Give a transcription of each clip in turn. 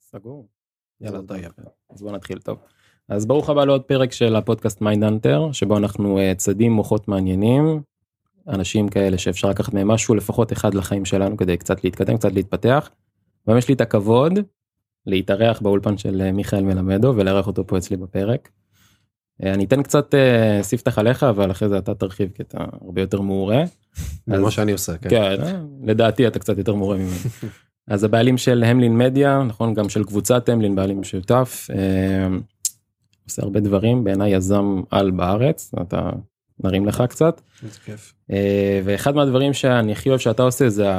סגור. יאללה, אז בואו נתחיל טוב. אז ברוך הבא לעוד פרק של הפודקאסט מיינדהנטר, שבו אנחנו צדים מוחות מעניינים, אנשים כאלה שאפשר לקחת מהם משהו, לפחות אחד לחיים שלנו, כדי קצת להתקדם, קצת להתפתח. והיום יש לי את הכבוד להתארח באולפן של מיכאל מלמדו, ולארח אותו פה אצלי בפרק. אני אתן קצת ספתח עליך, אבל אחרי זה אתה תרחיב, כי אתה הרבה יותר מעורה. זה מה שאני עושה, כן. כן, לדעתי אתה קצת יותר מעורה ממני. אז הבעלים של המלין מדיה, נכון, גם של קבוצת המלין, בעלים משותף, עושה הרבה דברים, בעיניי יזם על בארץ, אתה נרים לך קצת. זה כיף. ואחד מהדברים שאני הכי אוהב שאתה עושה, זה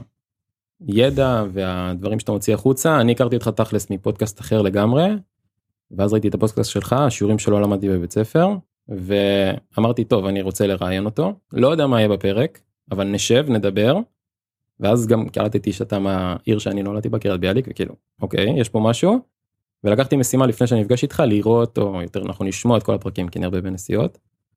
הידע והדברים שאתה מוציא החוצה. אני הכרתי אותך תכלס מפודקאסט אחר לגמרי, ואז ראיתי את הפודקאסט שלך, השיעורים שלו למדתי בבית ספר, ואמרתי, טוב, אני רוצה לראיין אותו, לא יודע מה יהיה בפרק, אבל נשב, נדבר, ואז גם קלטתי שאתה מהעיר שאני נולדתי בה, קריית ביאליק, וכאילו, אוקיי, יש פה משהו, ולקחתי משימה לפני שאני נפגש איתך, לראות, או יותר נכון, לשמוע את כל הפרקים, כי אני הרבה בנסיעות.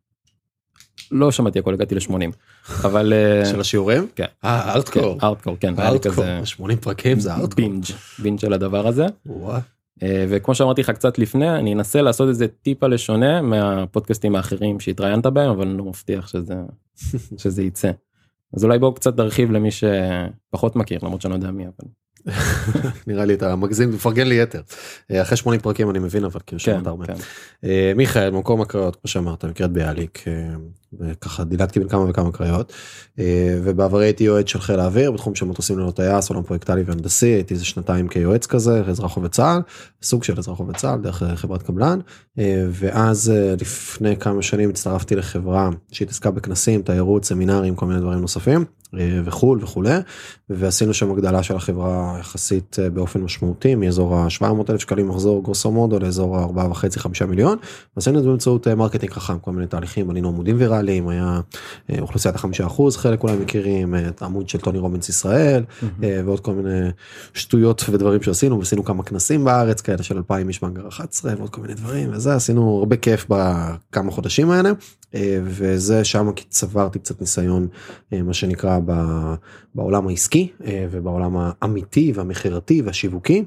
לא שמעתי הכל, הגעתי ל-80, אבל... של השיעורים? כן. הארדקור. הארדקור, כן. הארדקור, 80 פרקים זה הארדקור. בינג' של הדבר הזה. וואו. וכמו שאמרתי לך קצת לפני, אני אנסה לעשות את זה טיפה לשונה מהפודקאסטים האחרים שהתראיינת בהם, אבל אני לא מבטיח שזה יצא. אז אולי בואו קצת תרחיב למי שפחות מכיר, למרות שאני לא יודע מי, אבל... נראה לי אתה מגזים, מפרגן לי יתר. אחרי 80 פרקים אני מבין, אבל כאילו שמעת הרבה. מיכאל, במקום הקריות, כמו שאמרת, מקריית ביאליק, וככה דילגתי בין כמה וכמה קריות, ובעברי הייתי יועץ של חיל האוויר, בתחום של מטוסים ללא טייס, עולם פרויקטלי והנדסי, הייתי איזה שנתיים כיועץ כזה, אזרח עובד צה"ל, סוג של אזרח עובד צה"ל, דרך חברת קבלן, ואז לפני כמה שנים הצטרפתי לחברה שהתעסקה בכנסים, תיירות, סמינרים, כל מיני דברים נוספים, וחול וכולי, ועשינו שם הגדלה של החברה יחסית באופן משמעותי, מאזור ה-700,000 שקלים מחזור גרוסו מודו, לאזור ה-4.5-5 מיליון, ועשינו את זה באמצעות מרקטינג חכם, כל מיני תהליכים, בנינו עמודים ויראליים, היה אוכלוסיית ה5%, חלק כולם מכירים, את העמוד של טוני רובינס ישראל, ועוד כל מיני שטויות ודברים שעשינו, ועשינו כמה כנסים בארץ, כאלה של 2,000 איש באנגר 11, ועוד כל מיני דברים, וזה עשינו הרבה כיף בכמה חודשים האלה, וזה שם צברתי קצת ניסיון, מה שנקרא בעולם העסקי, ובעולם האמיתי והמחירתי והשיווקי,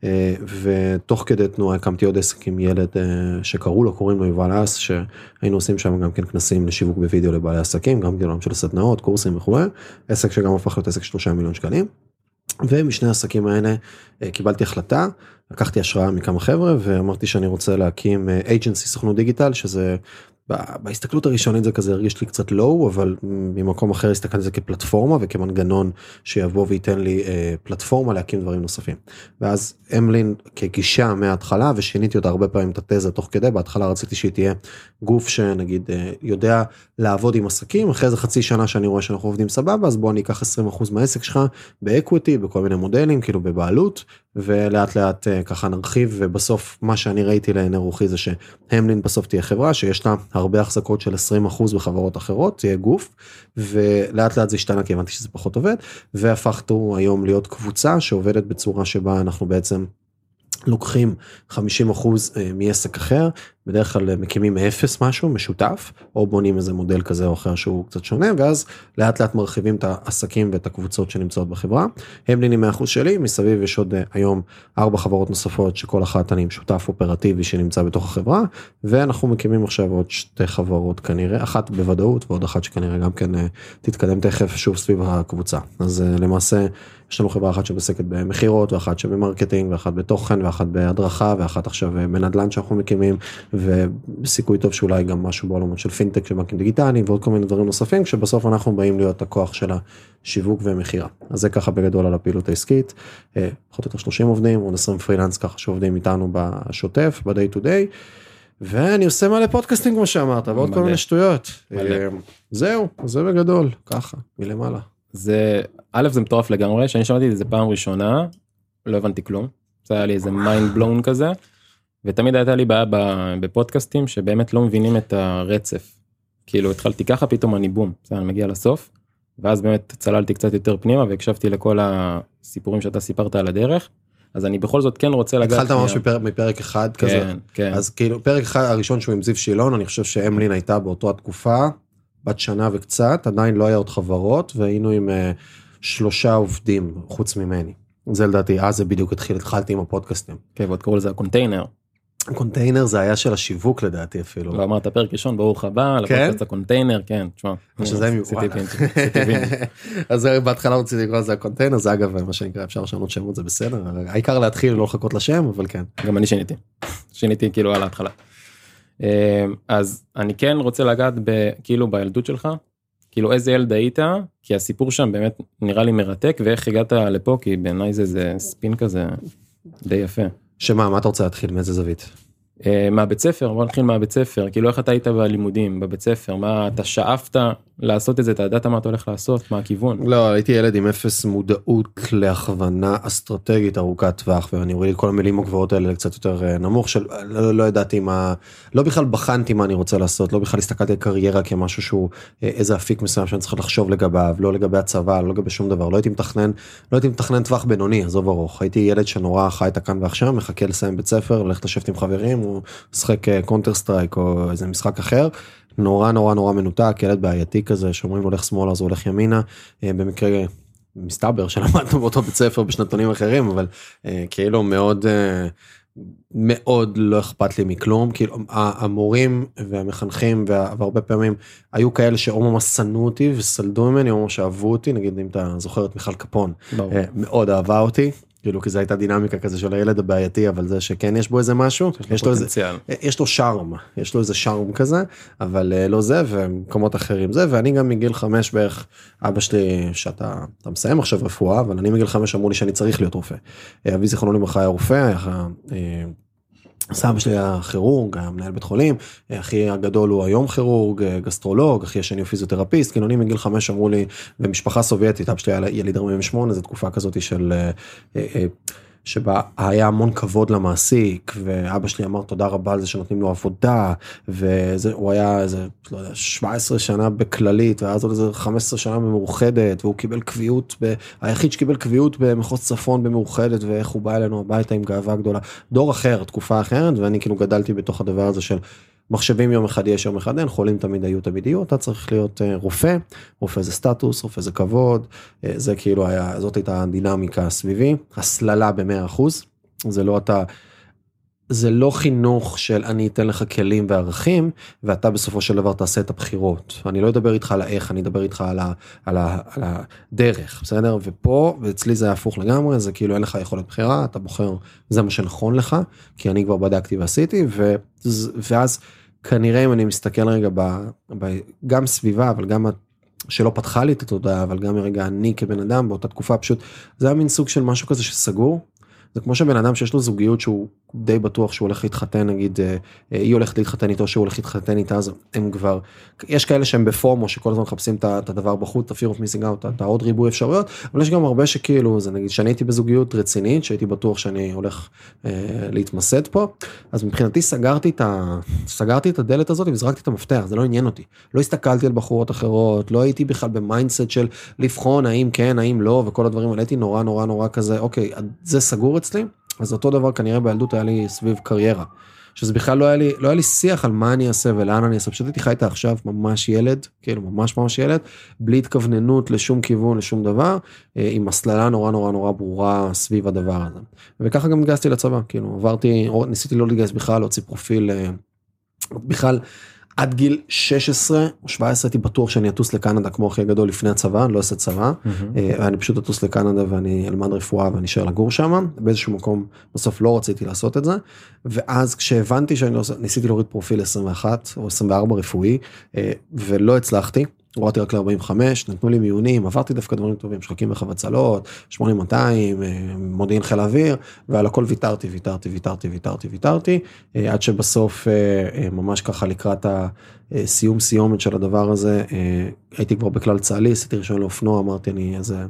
ותוך כדי תנועה הקמתי עוד עסק עם ילד קוראים לו יובל אס, שהיינו עושים שם גם כן כנסים לשיווק בווידאו לבעלי עסקים, גם בעולם של סדנאות, קורסים וכו', עסק שגם הפך להיות עסק 3 מיליון שקלים, ומשני העסקים האלה קיבלתי החלטה, לקחתי השראה מכמה חבר'ה, ואמרתי שאני רוצה להקים אייג'נסי סוכנות דיגיטל, שזה בהסתכלות הראשונית זה כזה הרגיש לי קצת לואו, אבל ממקום אחר הסתכלתי על זה כפלטפורמה וכמנגנון שיבוא וייתן לי פלטפורמה להקים דברים נוספים. ואז המלין כגישה מההתחלה, ושיניתי אותה הרבה פעמים את התזה תוך כדי, בהתחלה רציתי שהיא תהיה גוף שנגיד יודע לעבוד עם עסקים, אחרי זה חצי שנה שאני רואה שאנחנו עובדים סבבה, אז בוא אני אקח 20% מהעסק שלך באקוויטי, בכל מיני מודלים, כאילו בבעלות, ולאט לאט ככה נרחיב, ובסוף מה שאני ראיתי לעיני רוחי זה שהמלין בסוף תהיה חברה שיש לה הרבה החזקות של 20% בחברות אחרות, תהיה גוף, ולאט לאט זה השתנה, כי הבנתי שזה פחות עובד, והפכתו היום להיות קבוצה שעובדת בצורה שבה אנחנו בעצם לוקחים 50% מעסק אחר, בדרך כלל מקימים מאפס משהו משותף, או בונים איזה מודל כזה או אחר שהוא קצת שונה, ואז לאט לאט מרחיבים את העסקים ואת הקבוצות שנמצאות בחברה. המלין 100% שלי, מסביב יש עוד היום 4 חברות נוספות, שכל אחת אני שותף אופרטיבי שנמצא בתוך החברה, ואנחנו מקימים עכשיו עוד 2 חברות כנראה, אחת בוודאות ועוד אחת שכנראה גם כן תתקדם תכף שוב סביב הקבוצה. אז למעשה יש לנו חברה אחת שמסקת במחירות, ואחת שבמרקטינג, ואחת בתוכן, ואחת בהדרכה, ואחת עכשיו בנדל"ן שאנחנו מקימים, ובסיכוי טוב שאולי גם משהו בעולמות של פינטק, של בנקים דיגיטליים, ועוד כל מיני דברים נוספים, שבסוף אנחנו באים להיות הכוח של השיווק ומחירה. אז זה ככה בגדול על הפעילות העסקית, פחות או יותר 30 עובדים, עוד 20 פרילנס ככה שעובדים איתנו בשוטף, ב-day to day, ואני עושה מלא פודקאסטים כמו שאמרת, ועוד כל מיני שטויות. זהו, זה בגדול, ככה, מלמעלה. זה, א', זה מטורף לגמרי, שאני שמעתי את זה פעם ראשונה, לא הבנתי כלום, זה היה לי איזה mind blown כזה, ותמיד הייתה לי בעיה בפודקאסטים, שבאמת לא מבינים את הרצף, כאילו התחלתי ככה, פתאום אני בום, אני מגיע לסוף, ואז באמת צללתי קצת יותר פנימה, והקשבתי לכל הסיפורים שאתה סיפרת על הדרך, אז אני בכל זאת כן רוצה לגעת... התחלת ממש מפרק אחד כזה, כן. אז כאילו פרק אחד הראשון שהוא עם זיו שילון, אני חושב שהמלין הייתה באותו התקופה, בת שנה וקצת, עדיין לא היה עוד חברות, והיינו עם 3 עובדים חוץ ממני. זה לדעתי, אז זה בדיוק התחלתי עם הפודקאסטים. כן, ועוד קראו לזה הקונטיינר. הקונטיינר זה היה של השיווק לדעתי אפילו. לא אמרת פרק ראשון, ברוך הבא, לפודקאסט הקונטיינר, כן, תשמע. שזה מיוחד. אז בהתחלה רציתי לקרוא לזה הקונטיינר, זה אגב מה שנקרא, אפשר לשנות שמות, זה בסדר, העיקר להתחיל לא לחכות לשם, אבל כן. גם אני שיניתי כאילו על ההתחלה. אז אני כן רוצה לגעת כאילו בילדות שלך, כאילו איזה ילד היית, כי הסיפור שם באמת נראה לי מרתק, ואיך הגעת לפה, כי בעיניי זה ספין כזה די יפה. שמה, מה אתה רוצה להתחיל, מאיזה זווית? מהבית ספר, בוא נתחיל מהבית ספר, כאילו איך אתה היית בלימודים, בבית ספר, מה אתה שאפת לעשות את זה, אתה ידעת מה אתה הולך לעשות, מה הכיוון? לא, הייתי ילד עם אפס מודעות להכוונה אסטרטגית ארוכת טווח, ואני רואה לי כל המילים הגבוהות האלה קצת יותר נמוך, של לא ידעתי מה, לא בכלל בחנתי מה אני רוצה לעשות, לא בכלל הסתכלתי על קריירה כמשהו שהוא איזה אפיק מסוים שאני צריך לחשוב לגביו, לא לגבי הצבא, לא לגבי שום דבר, לא הייתי מתכנן טווח בינוני, עזוב ארוך, הייתי ילד שנורא חי את הכאן ועכשיו, מחכה לסיים בית ספר, ללכת לשבת עם חברים, או לשחק קונטר סטרייק או איזה משחק אחר, נורא נורא נורא מנותק, ילד בעייתי כזה, שאומרים הולך שמאלה, אז הוא הולך ימינה, במקרה מסתבר שלמדנו באותו בית ספר בשנתונים אחרים, אבל כאילו מאוד, מאוד לא אכפת לי מכלום, כאילו המורים והמחנכים והרבה פעמים היו כאלה שאו ממש שנאו אותי וסלדו ממני, או ממש אהבו אותי, נגיד אם אתה זוכר את מיכל קפון, מאוד אהבה אותי, כאילו כי זו הייתה דינמיקה כזה של הילד הבעייתי, אבל זה שכן יש בו איזה משהו, יש לו שרם, יש לו איזה שרם כזה, אבל לא זה, ומקומות אחרים זה, ואני גם מגיל 5 בערך, אבא שלי, שאתה מסיים עכשיו רפואה, אבל אני מגיל 5 אמרו לי שאני צריך להיות רופא. אבי זיכרונו לברכה היה רופא, סבא שלי היה כירורג, היה מנהל בית חולים, אחי הגדול הוא היום כירורג, גסטרולוג, אחי השני הוא פיזיותרפיסט, כאילו אני מגיל 5 אמרו לי, במשפחה סובייטית, אבא שלי היה יליד 48, זו תקופה כזאת של, שבה היה המון כבוד למעסיק, ואבא שלי אמר תודה רבה על זה שנותנים לו עבודה, והוא היה איזה, לא יודע, 17 שנה בכללית, ואז עוד איזה 15 שנה במאוחדת, והוא קיבל קביעות, היחיד שקיבל קביעות במחוז צפון במאוחדת, ואיך הוא בא אלינו הביתה עם גאווה גדולה, דור אחר, תקופה אחרת, ואני כאילו גדלתי בתוך הדבר הזה של, מחשבים יום אחד יש יום אחד אין, חולים תמיד היו, אתה צריך להיות רופא, רופא זה סטטוס, רופא זה כבוד, זה כאילו היה, זאת הייתה הדינמיקה סביבי, הסללה ב100%, זה לא חינוך של אני אתן לך כלים וערכים, ואתה בסופו של דבר תעשה את הבחירות, אני לא אדבר איתך על האיך, אני אדבר איתך על הדרך, בסדר? ופה, ואצלי זה הפוך לגמרי, זה כאילו אין לך יכולת בחירה, אתה בוחר, זה מה שנכון לך, כי אני כבר בדקתי ועשיתי, ואז כנראה אם אני מסתכל רגע גם סביבה, אבל גם שלא פתחה לי את התודעה, אבל גם רגע אני כבן אדם באותה תקופה פשוט, זה היה מין סוג של משהו כזה שסגור, זה כמו שבן אדם שיש לו זוגיות שהוא די בטוח שהוא הולך להתחתן, נגיד, היא הולכת להתחתן איתו, שהוא הולך להתחתן איתה, אז הם כבר, יש כאלה שהם בפומו, שכל הזמן מחפשים את הדבר בחוץ, תפירות מיסינג אאוט, את העוד ריבוי אפשרויות, אבל יש גם הרבה שכאילו, זה נגיד, שאני הייתי בזוגיות רצינית, שהייתי בטוח שאני הולך להתמסד פה, אז מבחינתי סגרתי את הדלת הזאת, וזרקתי את המפתח, זה לא עניין אותי, לא הסתכלתי על בחורות אחרות, לא הייתי בכלל במיינדסט של לבחון, האם כן, האם לא, וכל הדברים האלה, הייתי נורא נורא נורא כזה, אוקיי, זה סגור אצלי, אז אותו דבר כנראה בילדות היה לי סביב קריירה, שזה בכלל לא היה לי שיח על מה אני אעשה ולאן אני אעשה, פשוט הייתי חי עכשיו ממש ילד, כאילו ממש ילד, בלי התכווננות לשום כיוון, לשום דבר, עם הסללה נורא נורא נורא ברורה סביב הדבר הזה. וככה גם התגייסתי לצבא, כאילו ניסיתי לא להתגייס בכלל, להוציא פרופיל, בכלל, עד גיל 16 או 17 הייתי בטוח שאני אטוס לקנדה כמו הכי גדול לפני הצבא, אני לא אעשה צבא, ואני פשוט אטוס לקנדה ואני אלמד רפואה ואני אשאר לגור שם, באיזשהו מקום בסוף לא רציתי לעשות את זה, ואז כשהבנתי שאני לא עושה, ניסיתי להוריד פרופיל 21 או 24 רפואי, ולא הצלחתי, הורדתי רק ל-45, נתנו לי מיונים, עברתי דווקא דברים טובים, שחקים בחוות צלות, 8200, מודיעין חיל האוויר, ועל הכל ויתרתי, עד שבסוף ממש ככה לקראת סיומת של הדבר הזה, הייתי כבר בכלל צה"לי, עשיתי ראשון לאופנוע, אמרתי אני איזה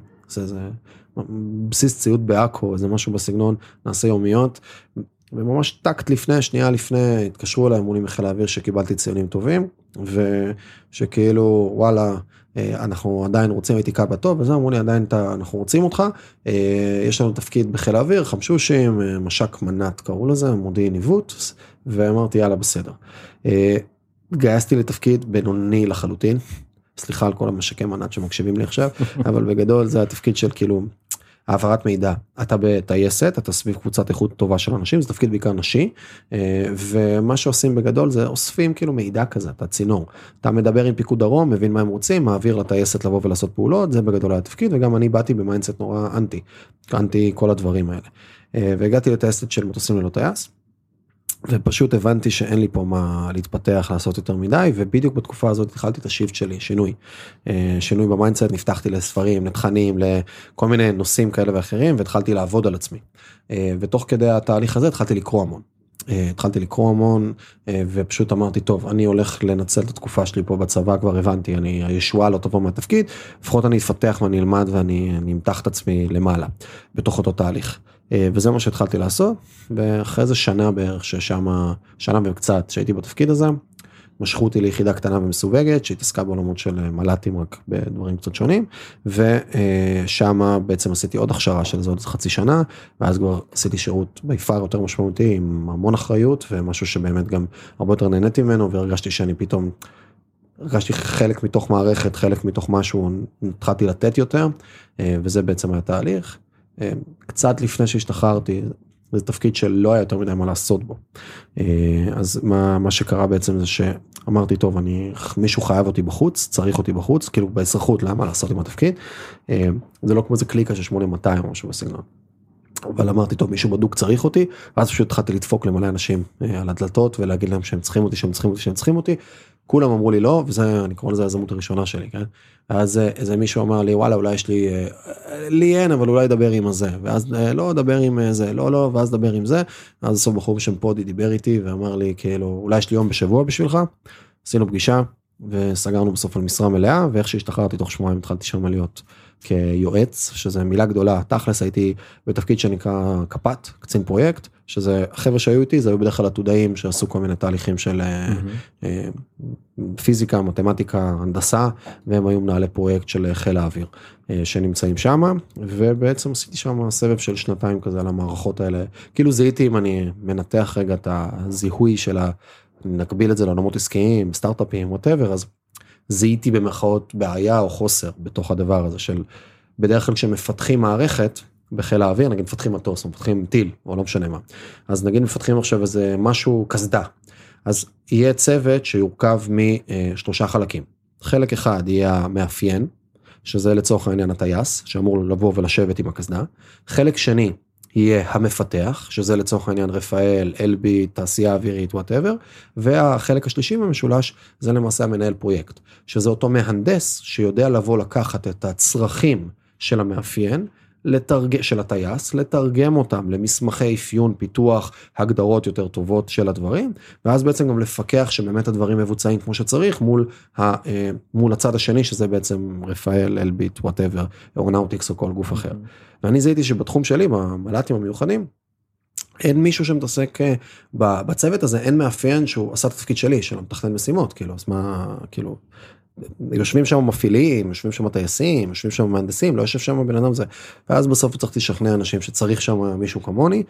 בסיס ציוד בעכו, איזה משהו בסגנון, נעשה יומיות, וממש טקט שנייה לפני, התקשרו אליי, אמרו לי מחיל האוויר שקיבלתי ציונים טובים, ושכאילו, וואלה, אנחנו עדיין רוצים, הייתי קב"א טוב, וזה אמרו לי, עדיין אנחנו רוצים אותך, יש לנו תפקיד בחיל האוויר, חמשושים, משק מנת קראו לזה, מודיעין ניווט, ואמרתי, יאללה, בסדר. גייסתי לתפקיד בינוני לחלוטין, סליחה על כל המשקי מנת שמקשיבים לי עכשיו, אבל בגדול זה התפקיד של כאילו, העברת מידע, אתה בטייסת, אתה סביב קבוצת איכות טובה של אנשים, זה תפקיד בעיקר נשי, ומה שעושים בגדול זה אוספים כאילו מידע כזה, אתה צינור, אתה מדבר עם פיקוד דרום, מבין מה הם רוצים, מעביר לטייסת לבוא ולעשות פעולות, זה בגדול היה תפקיד, וגם אני באתי במיינדסט נורא אנטי כל הדברים האלה, והגעתי לטייסת של מטוסים ללא טייס, ופשוט הבנתי שאין לי פה מה להתפתח, לעשות יותר מדי, ובדיוק בתקופה הזאת התחלתי את השיפט שלי, שינוי במיינדסט, נפתחתי לספרים, לתכנים, לכל מיני נושאים כאלה ואחרים, והתחלתי לעבוד על עצמי. ותוך כדי התהליך הזה התחלתי לקרוא המון, ופשוט אמרתי, טוב, אני הולך לנצל את התקופה שלי פה בצבא, כבר הבנתי, הישועה לא תבוא מהתפקיד, לפחות אני אפתח ואני אלמד ואני אמתח את עצמי למעלה, בתוך אותו תהליך. וזה מה שהתחלתי לעשות, ואחרי זה שנה בערך, שנה וקצת שהייתי בתפקיד הזה, משכו אותי ליחידה קטנה ומסווגת, שהתעסקה בעולמות של מל"טים רק בדברים קצת שונים, ושם בעצם עשיתי עוד הכשרה של זה עוד חצי שנה, ואז כבר עשיתי שירות ביפר יותר משמעותי, עם המון אחריות, ומשהו שבאמת גם הרבה יותר נהניתי ממנו, והרגשתי שאני פתאום, הרגשתי חלק מתוך מערכת, חלק מתוך משהו, התחלתי לתת יותר, וזה בעצם היה תהליך. קצת לפני שהשתחררתי, זה תפקיד שלא היה יותר מדי מה לעשות בו. אז מה שקרה בעצם זה שאמרתי, טוב, מישהו חייב אותי בחוץ, צריך אותי בחוץ, כאילו באזרחות, למה לעשות עם התפקיד? זה לא כמו איזה קליקה של 8200 או משהו בסגנון. אבל אמרתי, טוב, מישהו בדוק צריך אותי, ואז פשוט התחלתי לדפוק למלא אנשים על הדלתות, ולהגיד להם שהם צריכים אותי, כולם אמרו לי לא, וזה, אני קורא לזה הזדמנות הראשונה שלי, כן? אז איזה מישהו אמר לי, וואלה, אולי יש לי אין, אבל אולי דבר עם הזה, ואז לא, דבר עם זה, לא, ואז דבר עם זה, אז בסוף בחור בשם פודי דיבר איתי, ואמר לי, כאילו, אולי יש לי יום בשבוע בשבילך, עשינו פגישה, וסגרנו בסוף על משרה מלאה, ואיך שהשתחררתי תוך שבועיים, התחלתי שם להיות כיועץ, שזה מילה גדולה, תכלס הייתי בתפקיד שנקרא קפ"ט, קצין פרויקט, שזה החבר'ה שהיו איתי, זה היו בדרך כלל עתודאים שעשו כל מיני תהליכים של פיזיקה, מתמטיקה, הנדסה, והם היו מנהלי פרויקט של חיל האוויר, שנמצאים שם, ובעצם עשיתי שם סבב של שנתיים כזה על המערכות האלה, כאילו זיהיתי אם אני מנתח רגע את הזיהוי של נקביל את זה לעולמות עסקיים, סטארט-אפים, whatever, אז זיהיתי במרכאות בעיה או חוסר בתוך הדבר הזה של, בדרך כלל כשמפתחים מערכת בחיל האוויר, נגיד מפתחים מטוס או מפתחים טיל, או לא משנה מה, אז נגיד מפתחים עכשיו איזה משהו כסדה, אז יהיה צוות שיורכב משלושה חלקים. חלק אחד יהיה המאפיין, שזה לצורך העניין הטייס, שאמור לבוא ולשבת עם הכסדה. חלק שני יהיה המפתח, שזה לצורך העניין רפאל, אלבי, תעשייה אווירית, whatever, והחלק השלישי במשולש, זה למעשה המנהל פרויקט, שזה אותו מהנדס שיודע לבוא לקחת את הצרכים של המאפיין, של הטייס, לתרגם אותם למסמכי אפיון, פיתוח, הגדרות יותר טובות של הדברים, ואז בעצם גם לפקח שבאמת הדברים מבוצעים כמו שצריך, מול הצד השני, שזה בעצם רפאל, אלביט, whatever, אורנאוטיקס או כל גוף אחר. ואני זיהיתי שבתחום שלי, במל"טים המיוחדים, אין מישהו שמתעסק בצוות הזה, אין מאפיין שהוא עשה את התפקיד שלי, שלא מתכנן משימות, כאילו, אז מה, כאילו, יושבים שם מפעילים, יושבים שם טייסים, יושבים שם מהנדסים, לא יושב שם בן אדם זה, ואז בסוף צריכתי לשכנע אנשים שצריך שם מישהו כמוני,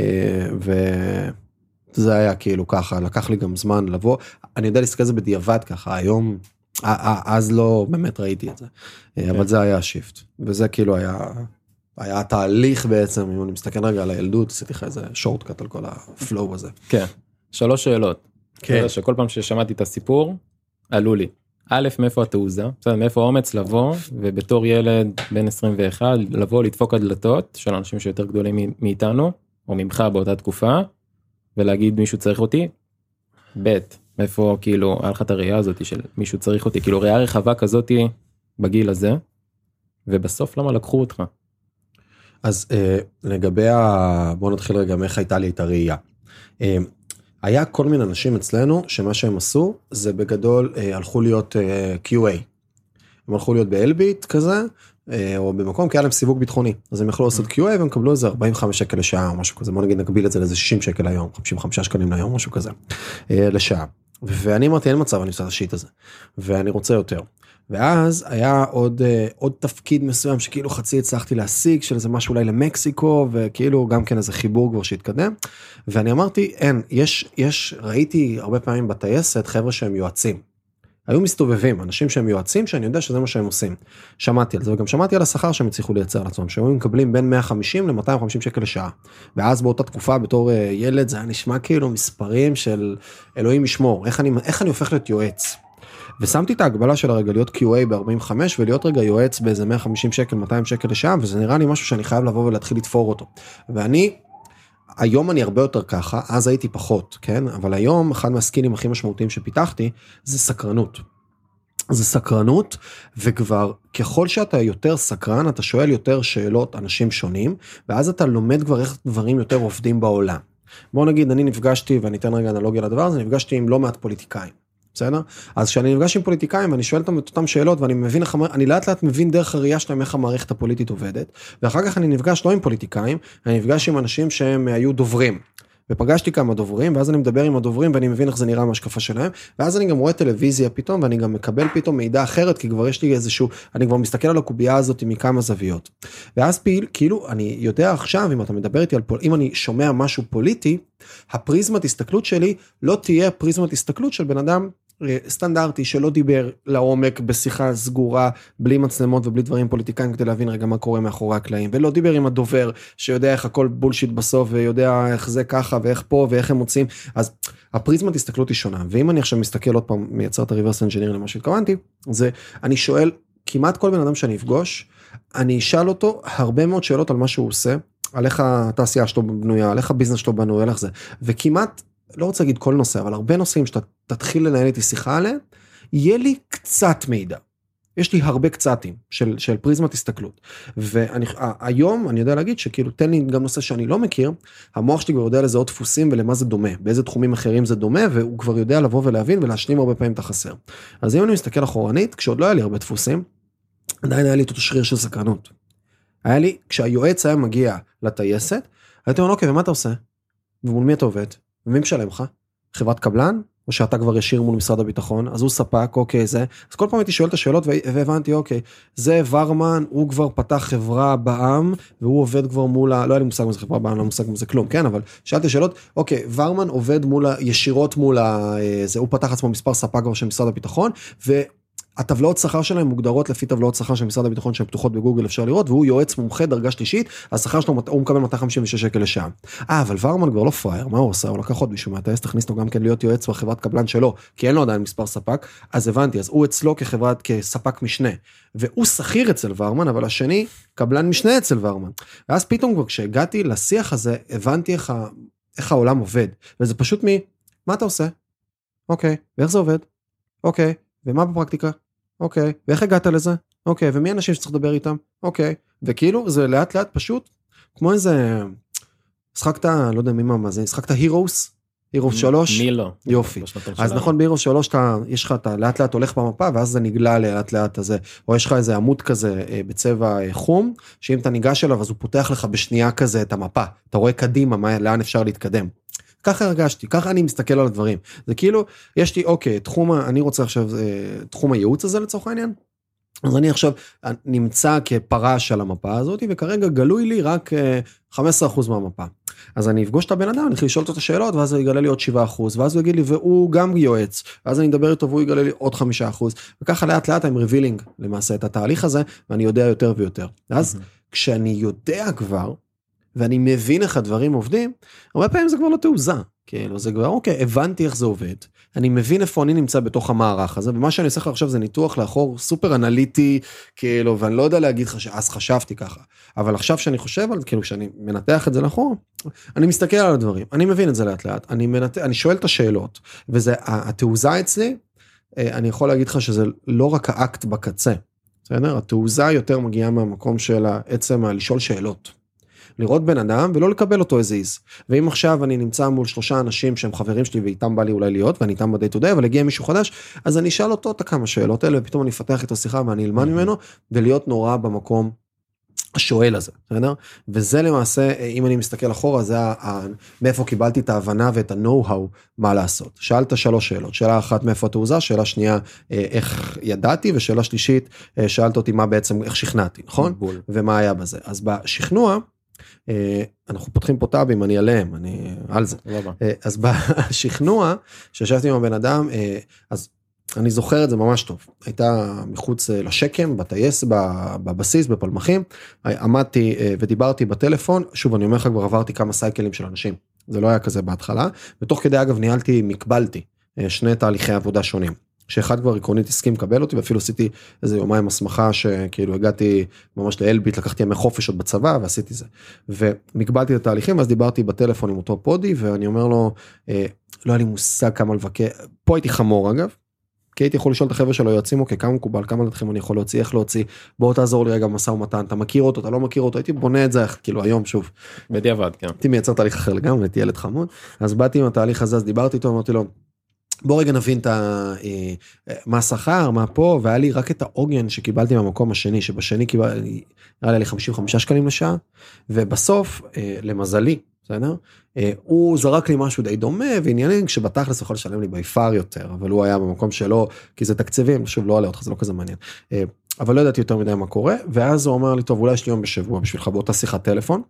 וזה היה כאילו ככה, לקח לי גם זמן לבוא, אני יודע להסתכל על זה בדיעבד ככה, היום, אז לא באמת ראיתי את זה, אבל זה היה השיפט, וזה כאילו היה התהליך בעצם, אם אני מסתכל רגע על הילדות, עשיתי לך איזה שורטקאט על כל הפלואו הזה. כן, 3 שאלות, שכל פעם ששמעתי את הסיפור, עלו לי. א', מאיפה התעוזה, מאיפה האומץ לבוא, ובתור ילד בן 21, לבוא לדפוק הדלתות של אנשים שיותר גדולים מאיתנו, או ממך באותה תקופה, ולהגיד מישהו צריך אותי. ב', מאיפה כאילו, היה לך את הראייה הזאת של מישהו צריך אותי, כאילו ראייה רחבה כזאת בגיל הזה, ובסוף למה לקחו אותך? אז לגבי, בוא נתחיל רגע מאיך הייתה לי את הראייה. היה כל מיני אנשים אצלנו, שמה שהם עשו, זה בגדול הלכו להיות QA. הם הלכו להיות באלביט כזה, או במקום, כי היה להם סיווג ביטחוני. אז הם יכלו לעשות QA, והם קבלו איזה 45 שקל לשעה, או משהו כזה. בוא נגיד, נקביל את זה לאיזה 60 שקל היום, 55 שקלים ליום, משהו כזה, לשעה. ואני אמרתי, אין מצב, אני עושה את השיט הזה. ואני רוצה יותר. ואז היה עוד תפקיד מסוים שכאילו חצי הצלחתי להשיג של איזה משהו אולי למקסיקו, וכאילו גם כן איזה חיבור כבר שהתקדם, ואני אמרתי, ראיתי הרבה פעמים בטייסת חבר'ה שהם יועצים, היו מסתובבים, אנשים שהם יועצים, שאני יודע שזה מה שהם עושים. שמעתי על זה, וגם שמעתי על השכר שהם הצליחו לייצר לעצמם, שהם מקבלים בין 150 ל-250 שקל לשעה. ואז באותה תקופה, בתור ילד, זה היה נשמע כאילו מספרים של אלוהים ישמור, איך אני הופך להיות יועץ. ושמתי את ההגבלה של הרגע להיות QA ב-45, ולהיות רגע יועץ באיזה 150 שקל, 200 שקל לשעה, וזה נראה לי משהו שאני חייב לבוא ולהתחיל לתפור אותו. היום אני הרבה יותר ככה, אז הייתי פחות, כן? אבל היום אחד מהסקילים הכי משמעותיים שפיתחתי, זה סקרנות. זה סקרנות, וכבר ככל שאתה יותר סקרן, אתה שואל יותר שאלות אנשים שונים, ואז אתה לומד כבר איך דברים יותר עובדים בעולם. בוא נגיד, אני נפגשתי, ואני אתן רגע אנלוגיה לדבר הזה, נפגשתי עם לא מעט פוליטיקאים. בסדר? אז כשאני נפגש עם פוליטיקאים ואני שואל את אותם שאלות ואני מבין, אני לאט לאט מבין דרך הראייה שלהם איך המערכת הפוליטית עובדת, ואחר כך אני נפגש לא עם פוליטיקאים, אני נפגש עם אנשים שהם היו דוברים, ופגשתי כמה דוברים, ואז אני מדבר עם הדוברים ואני מבין איך זה נראה מהשקפה שלהם, ואז אני גם רואה טלוויזיה פתאום, ואני גם מקבל פתאום מידע אחרת, כי כבר יש לי איזשהו, אני כבר מסתכל על הקובייה הזאת מכמה זוויות. ואז כאילו, אני יודע עכשיו, אם אתה מדבר איתי על אם אני שומע משהו פוליטי, הפריזמת הסתכלות שלי לא תהיה פריזמת הסתכלות של בן אדם סטנדרטי שלא דיבר לעומק בשיחה סגורה, בלי מצלמות ובלי דברים פוליטיקאים כדי להבין רגע מה קורה מאחורי הקלעים, ולא דיבר עם הדובר שיודע איך הכל בולשיט בסוף, ויודע איך זה ככה ואיך פה ואיך הם מוצאים, אז הפריזמת הסתכלות היא שונה, ואם אני עכשיו מסתכל עוד פעם, מייצר את הריברס אנג'יניר למה שהתכוונתי, זה אני שואל כמעט כל בן אדם שאני אפגוש, אני אשאל אותו הרבה מאוד שאלות על מה שהוא עושה, על איך התעשייה שלו בנויה, על איך הביזנס שלו בנוי, על איך זה, וכמעט לא רוצה להגיד כל נושא, אבל הרבה נושאים שאתה תתחיל לנהל איתי שיחה עליהם, יהיה לי קצת מידע. יש לי הרבה קצתים של פריזמת הסתכלות. והיום אני יודע להגיד שכאילו תן לי גם נושא שאני לא מכיר, המוח שלי כבר יודע לזהות דפוסים ולמה זה דומה, באיזה תחומים אחרים זה דומה, והוא כבר יודע לבוא ולהבין ולהשלים הרבה פעמים את החסר. אז אם אני מסתכל אחורנית, כשעוד לא היה לי הרבה דפוסים, עדיין היה לי את אותו שריר של סקרנות. היה לי, כשהיועץ היה מגיע לטייסת, הייתי אומר, אוקיי, ומה אתה עושה? ומול מי אתה עובד? ומי משלם לך? חברת קבלן? או שאתה כבר ישיר מול משרד הביטחון? אז הוא ספק, אוקיי, זה. אז כל פעם הייתי שואל את השאלות והבנתי, אוקיי, זה ורמן, הוא כבר פתח חברה בעם, והוא עובד כבר מול, לא היה לי מושג מזה חברה בעם, לא מושג מזה כלום, כן, אבל שאלתי שאלות, אוקיי, ורמן עובד ישירות מול זה, הוא פתח עצמו מספר ספק כבר של משרד הביטחון, הטבלאות שכר שלהם מוגדרות לפי טבלאות שכר של משרד הביטחון שהן פתוחות בגוגל, אפשר לראות, והוא יועץ מומחה דרגה שלישית, השכר שלו הוא מקבל 256 שקל לשעה. אבל ורמן כבר לא פרייר, מה הוא עושה? הוא לקח עוד מישהו מהטייס, תכניס לו גם כן להיות יועץ בחברת קבלן שלו, כי אין לו עדיין מספר ספק, אז הבנתי, אז הוא אצלו כספק משנה, והוא שכיר אצל ורמן, אבל השני קבלן משנה אצל ורמן. ואז פתאום כבר כשהגעתי לשיח הזה, הבנתי איך העולם עובד, וזה פשוט מה אתה עושה? אוקיי, ואיך זה עובד? אוקיי, ומה בפרקטיקה? אוקיי, ואיך הגעת לזה? אוקיי, ומי האנשים שצריך לדבר איתם? אוקיי, וכאילו זה לאט לאט פשוט, כמו איזה, שחקת, לא יודע מה זה, שחקת הירוס 3? מי לא? יופי. אז נכון, בהירוס 3, יש לך, אתה לאט לאט הולך במפה, ואז זה נגלה לאט לאט הזה, או יש לך איזה עמוד כזה בצבע חום, שאם אתה ניגש אליו, אז הוא פותח לך בשנייה כזה את המפה, אתה רואה קדימה, לאן אפשר להתקדם. ככה הרגשתי, ככה אני מסתכל על הדברים. זה כאילו, יש לי, אוקיי, אני רוצה עכשיו, תחום הייעוץ הזה לצורך העניין, אז אני עכשיו נמצא כפרש על המפה הזאת, וכרגע גלוי לי רק 15% מהמפה. אז אני אפגוש את הבן אדם, אני אתחיל לשאול אותו את השאלות, ואז הוא יגלה לי עוד 7%, ואז הוא יגיד לי, והוא גם יועץ, ואז אני אדבר איתו, והוא יגלה לי עוד 5%, וככה לאט לאט I'm revealing למעשה את התהליך הזה, ואני יודע יותר ויותר. אז כשאני יודע כבר, ואני מבין איך הדברים עובדים, הרבה פעמים זה כבר לא תעוזה, כאילו זה כבר, אוקיי, הבנתי איך זה עובד, אני מבין איפה אני נמצא בתוך המערך הזה, ומה שאני עושה לך עכשיו זה ניתוח לאחור סופר אנליטי, כאילו, ואני לא יודע להגיד לך אז חשבתי ככה, אבל עכשיו שאני חושב על, כאילו, שאני מנתח את זה לאחור, אני מסתכל על הדברים, אני מבין את זה לאט לאט, אני שואל את השאלות, וזה, התעוזה אצלי, אני יכול להגיד לך שזה לא רק האקט בקצה, בסדר? התעוזה יותר מגיעה מהמקום של עצם לשאול שאלות. לראות בן אדם ולא לקבל אותו איזה איז. ואם עכשיו אני נמצא מול 3 אנשים שהם חברים שלי ואיתם בא לי אולי להיות, ואני איתם ב-day to day, אבל הגיע מישהו חדש, אז אני אשאל אותו את הכמה שאלות האלה, ופתאום אני אפתח את השיחה ואני אלמד ממנו, ולהיות נורא במקום השואל הזה, בסדר? וזה למעשה, אם אני מסתכל אחורה, זה מאיפה קיבלתי את ההבנה ואת ה-know-how מה לעשות. שאלת 3 שאלות, שאלה אחת מאיפה התעוזה, שאלה שנייה איך ידעתי, ושאלה שלישית שאלת אותי מה בעצם, איך שכנעתי, נכון? ומה היה בזה. אז בשכנוע, אנחנו פותחים פה טאבים, אני עליהם, אני על זה. אז בשכנוע, שישבתי עם הבן אדם, אז אני זוכר את זה ממש טוב, הייתה מחוץ לשקם, בטייס, בבסיס, בפלמחים, עמדתי ודיברתי בטלפון, שוב אני אומר לך כבר עברתי כמה סייקלים של אנשים, זה לא היה כזה בהתחלה, ותוך כדי אגב מקבלתי שני תהליכי עבודה שונים, שאחד כבר עקרונית הסכים לקבל אותי, ואפילו עשיתי איזה יומיים הסמכה, שכאילו הגעתי ממש לאלביט, לקחתי ימי חופש עוד בצבא, ועשיתי זה, ומקבלתי את התהליכים, אז דיברתי בטלפון עם אותו פודי, ואני אומר לו, לא היה לי מושג כמה לבקר, פה הייתי חמור אגב, כי הייתי יכול לשאול את החבר'ה שלו יועצים, אוקיי, כמה מקובל, כמה לדעתכם אני יכול להוציא, איך להוציא, בואו תעזור לי רגע במשא ומתן, אתה מכיר אותו, אתה לא מכיר אותו, הייתי בונה את זה, כאילו היום שוב. בדיעבד, כן. הייתי מייצר תהליך אחר לגמרי, הייתי ילד חמוד, אז באתי עם התהליך הזה, אז דיברתי איתו, אמרתי לו, בוא רגע נבין מה השכר, מה פה, והיה לי רק את העוגן שקיבלתי מהמקום השני, שבשני קיבלתי, נראה לי 55 שקלים לשעה, ובסוף, למזלי, בסדר? הוא זרק לי משהו די דומה, ועניינים שבתכלס הוא יכול לשלם לי ביפר יותר, אבל הוא היה במקום שלו, כי זה תקציבים, שוב לא עלה אותך, זה לא כזה מעניין. אבל לא ידעתי יותר מדי מה קורה, ואז הוא אומר לי, טוב, אולי יש לי יום בשבוע בשבילך באותה שיחת טלפון,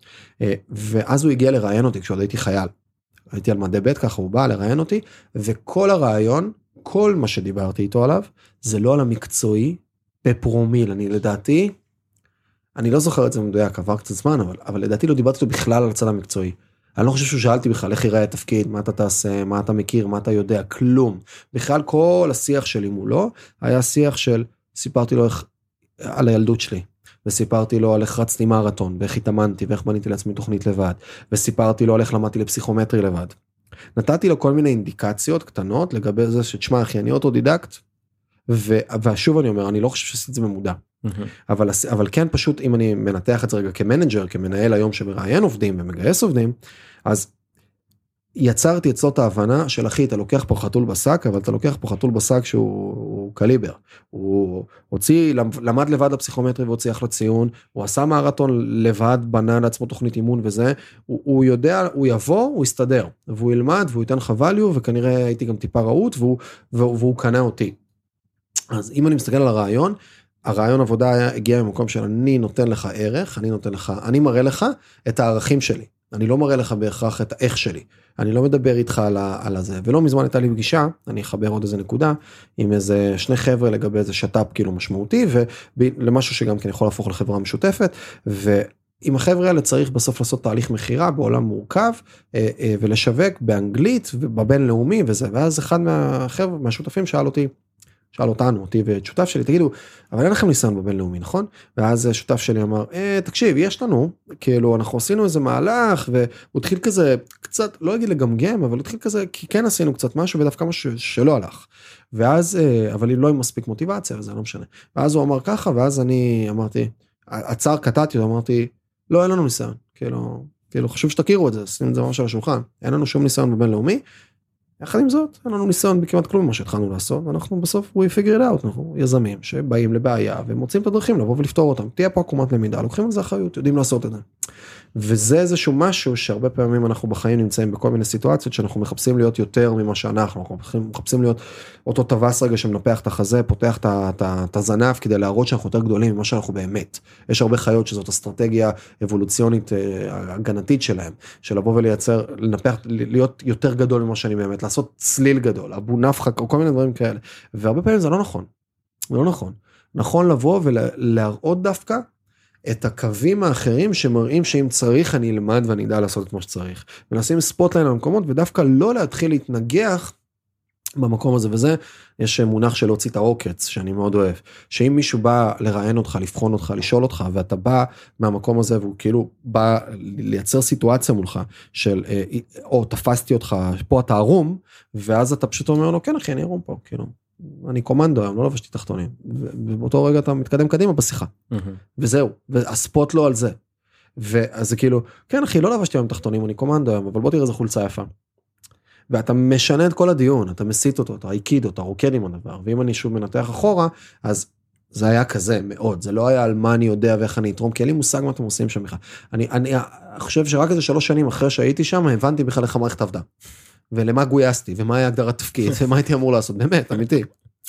ואז הוא הגיע לראיין אותי כשעוד הייתי חייל. הייתי על מדי בית, ככה הוא בא לראיין אותי, וכל הרעיון, כל מה שדיברתי איתו עליו, זה לא על המקצועי, בפרומיל, אני לדעתי, אני לא זוכר את זה מדויק, עבר קצת זמן, אבל לדעתי לא דיברתי איתו בכלל על הצד המקצועי. אני לא חושב שהוא שאלתי בכלל איך ייראה התפקיד, מה אתה תעשה, מה אתה מכיר, מה אתה יודע, כלום. בכלל כל השיח שלי מולו, היה שיח של, סיפרתי לו על הילדות שלי, וסיפרתי לו על איך רצתי מרתון, ואיך התאמנתי, ואיך בניתי לעצמי תוכנית לבד, וסיפרתי לו על איך למדתי לפסיכומטרי לבד. נתתי לו כל מיני אינדיקציות קטנות, לגבי זה שתשמע אחי, אני אוטודידקט, ושוב אני אומר, אני לא חושב שעשיתי את זה במודע. אבל כן פשוט אם אני מנתח את זה רגע כמנג'ר, כמנהל היום שמראיין עובדים ומגייס עובדים, אז יצרתי אצלו את ההבנה של אחי, אתה לוקח פה חתול בשק, אבל אתה לוקח פה חתול בשק שהוא קליבר, הוא הוציא, למד לבד הפסיכומטרי והוציא אחלה ציון, הוא עשה מרתון לבד, בנה לעצמו תוכנית אימון וזה, הוא יודע, הוא יבוא, הוא יסתדר, והוא ילמד והוא ייתן לך value, וכנראה הייתי גם טיפה רעות, והוא קנה אותי. אז אם אני מסתכל על הרעיון עבודה הגיע ממקום של אני נותן לך ערך, אני מראה לך את הערכים שלי, אני לא מראה לך בהכרח את האיך שלי, אני לא מדבר איתך על זה, ולא מזמן הייתה לי פגישה, אני אחבר עוד איזה נקודה, עם איזה שני חבר'ה לגבי איזה שטאפ כאילו משמעותי, ולמשהו שגם כן יכול להפוך לחברה משותפת, ועם החבר'ה האלה צריך בסוף לעשות תהליך מחירה בעולם מורכב, ולשווק באנגלית ובבינלאומי וזה, ואז אחד מהחבר'ה, מהשותפים שאל אותי ואת שותף שלי, תגידו, אבל אין לכם ניסיון בבינלאומי, נכון? ואז השותף שלי אמר, תקשיב, יש לנו, כאילו, אנחנו עשינו איזה מהלך, והוא התחיל כזה, קצת, לא אגיד לגמגם, אבל הוא התחיל כזה, כי כן עשינו קצת משהו, ודווקא משהו שלא הלך. ואז, אבל לא עם מספיק מוטיבציה, וזה לא משנה. ואז הוא אמר ככה, ואז אני אמרתי, עצר קטעתי, אמרתי, לא, אין לנו ניסיון, כאילו, חשוב שתכירו את זה, שים את זה ממש על השולחן, אין לנו שום ניסיון בבינלאומי, יחד עם זאת, אין לנו ניסיון בכמעט כלום ממה שהתחלנו לעשות, ואנחנו בסוף, we figure it out, אנחנו יזמים שבאים לבעיה, ומוצאים את הדרכים לבוא ולפתור אותם, תהיה פה עקומת למידה, לוקחים על זה אחריות, יודעים לעשות את זה. וזה איזשהו משהו שהרבה פעמים אנחנו בחיים נמצאים בכל מיני סיטואציות, שאנחנו מחפשים להיות יותר ממה שאנחנו מחפשים להיות אותו טווס רגע שמנפח את החזה, פותח את הזנב כדי להראות שאנחנו יותר גדולים ממה שאנחנו באמת. יש הרבה חיות שזאת אסטרטגיה אבולוציונית הגנתית שלהם, של לבוא ולייצר, לנפח, להיות יותר גדול ממה שאני באמת, לעשות צליל גדול, אבו נפחק, או כל מיני דברים כאלה. והרבה פעמים זה לא נכון. זה לא נכון. נכון לבוא ולהראות דווקא את הקווים האחרים שמראים שאם צריך אני אלמד ואני אדע לעשות את מה שצריך. ולשים ספוטליין על המקומות, ודווקא לא להתחיל להתנגח במקום הזה, וזה יש מונח של להוציא את העוקץ, שאני מאוד אוהב, שאם מישהו בא לראיין אותך, לבחון אותך, לשאול אותך, ואתה בא מהמקום הזה, והוא כאילו בא לייצר סיטואציה מולך, של, או תפסתי אותך, פה אתה ערום, ואז אתה פשוט אומר לו, כן אחי, אני ערום פה, כאילו, אני קומנדו היום, לא לבשתי תחתונים, ובאותו רגע אתה מתקדם קדימה בשיחה, וזהו, והספוט לא על זה, ואז זה כאילו, כן אחי, לא לבשתי היום תחתונים, אני קומנדו היום, אבל בוא תראה איזה חולצה יפה, ואתה משנה את כל הדיון, אתה מסית אותו, אתה עיקיד אותו, אתה רוקד עם הדבר, ואם אני שוב מנתח אחורה, אז זה היה כזה מאוד, זה לא היה על מה אני יודע ואיך אני אתרום, כי אין לי מושג מה אתם עושים שם בכלל. אני חושב שרק איזה 3 שנים אחרי שהייתי שם, הבנתי בכלל איך המערכת עבדה, ולמה גויסתי, ומה היה הגדרת תפקיד, ומה הייתי אמור לעשות, באמת, אמיתי.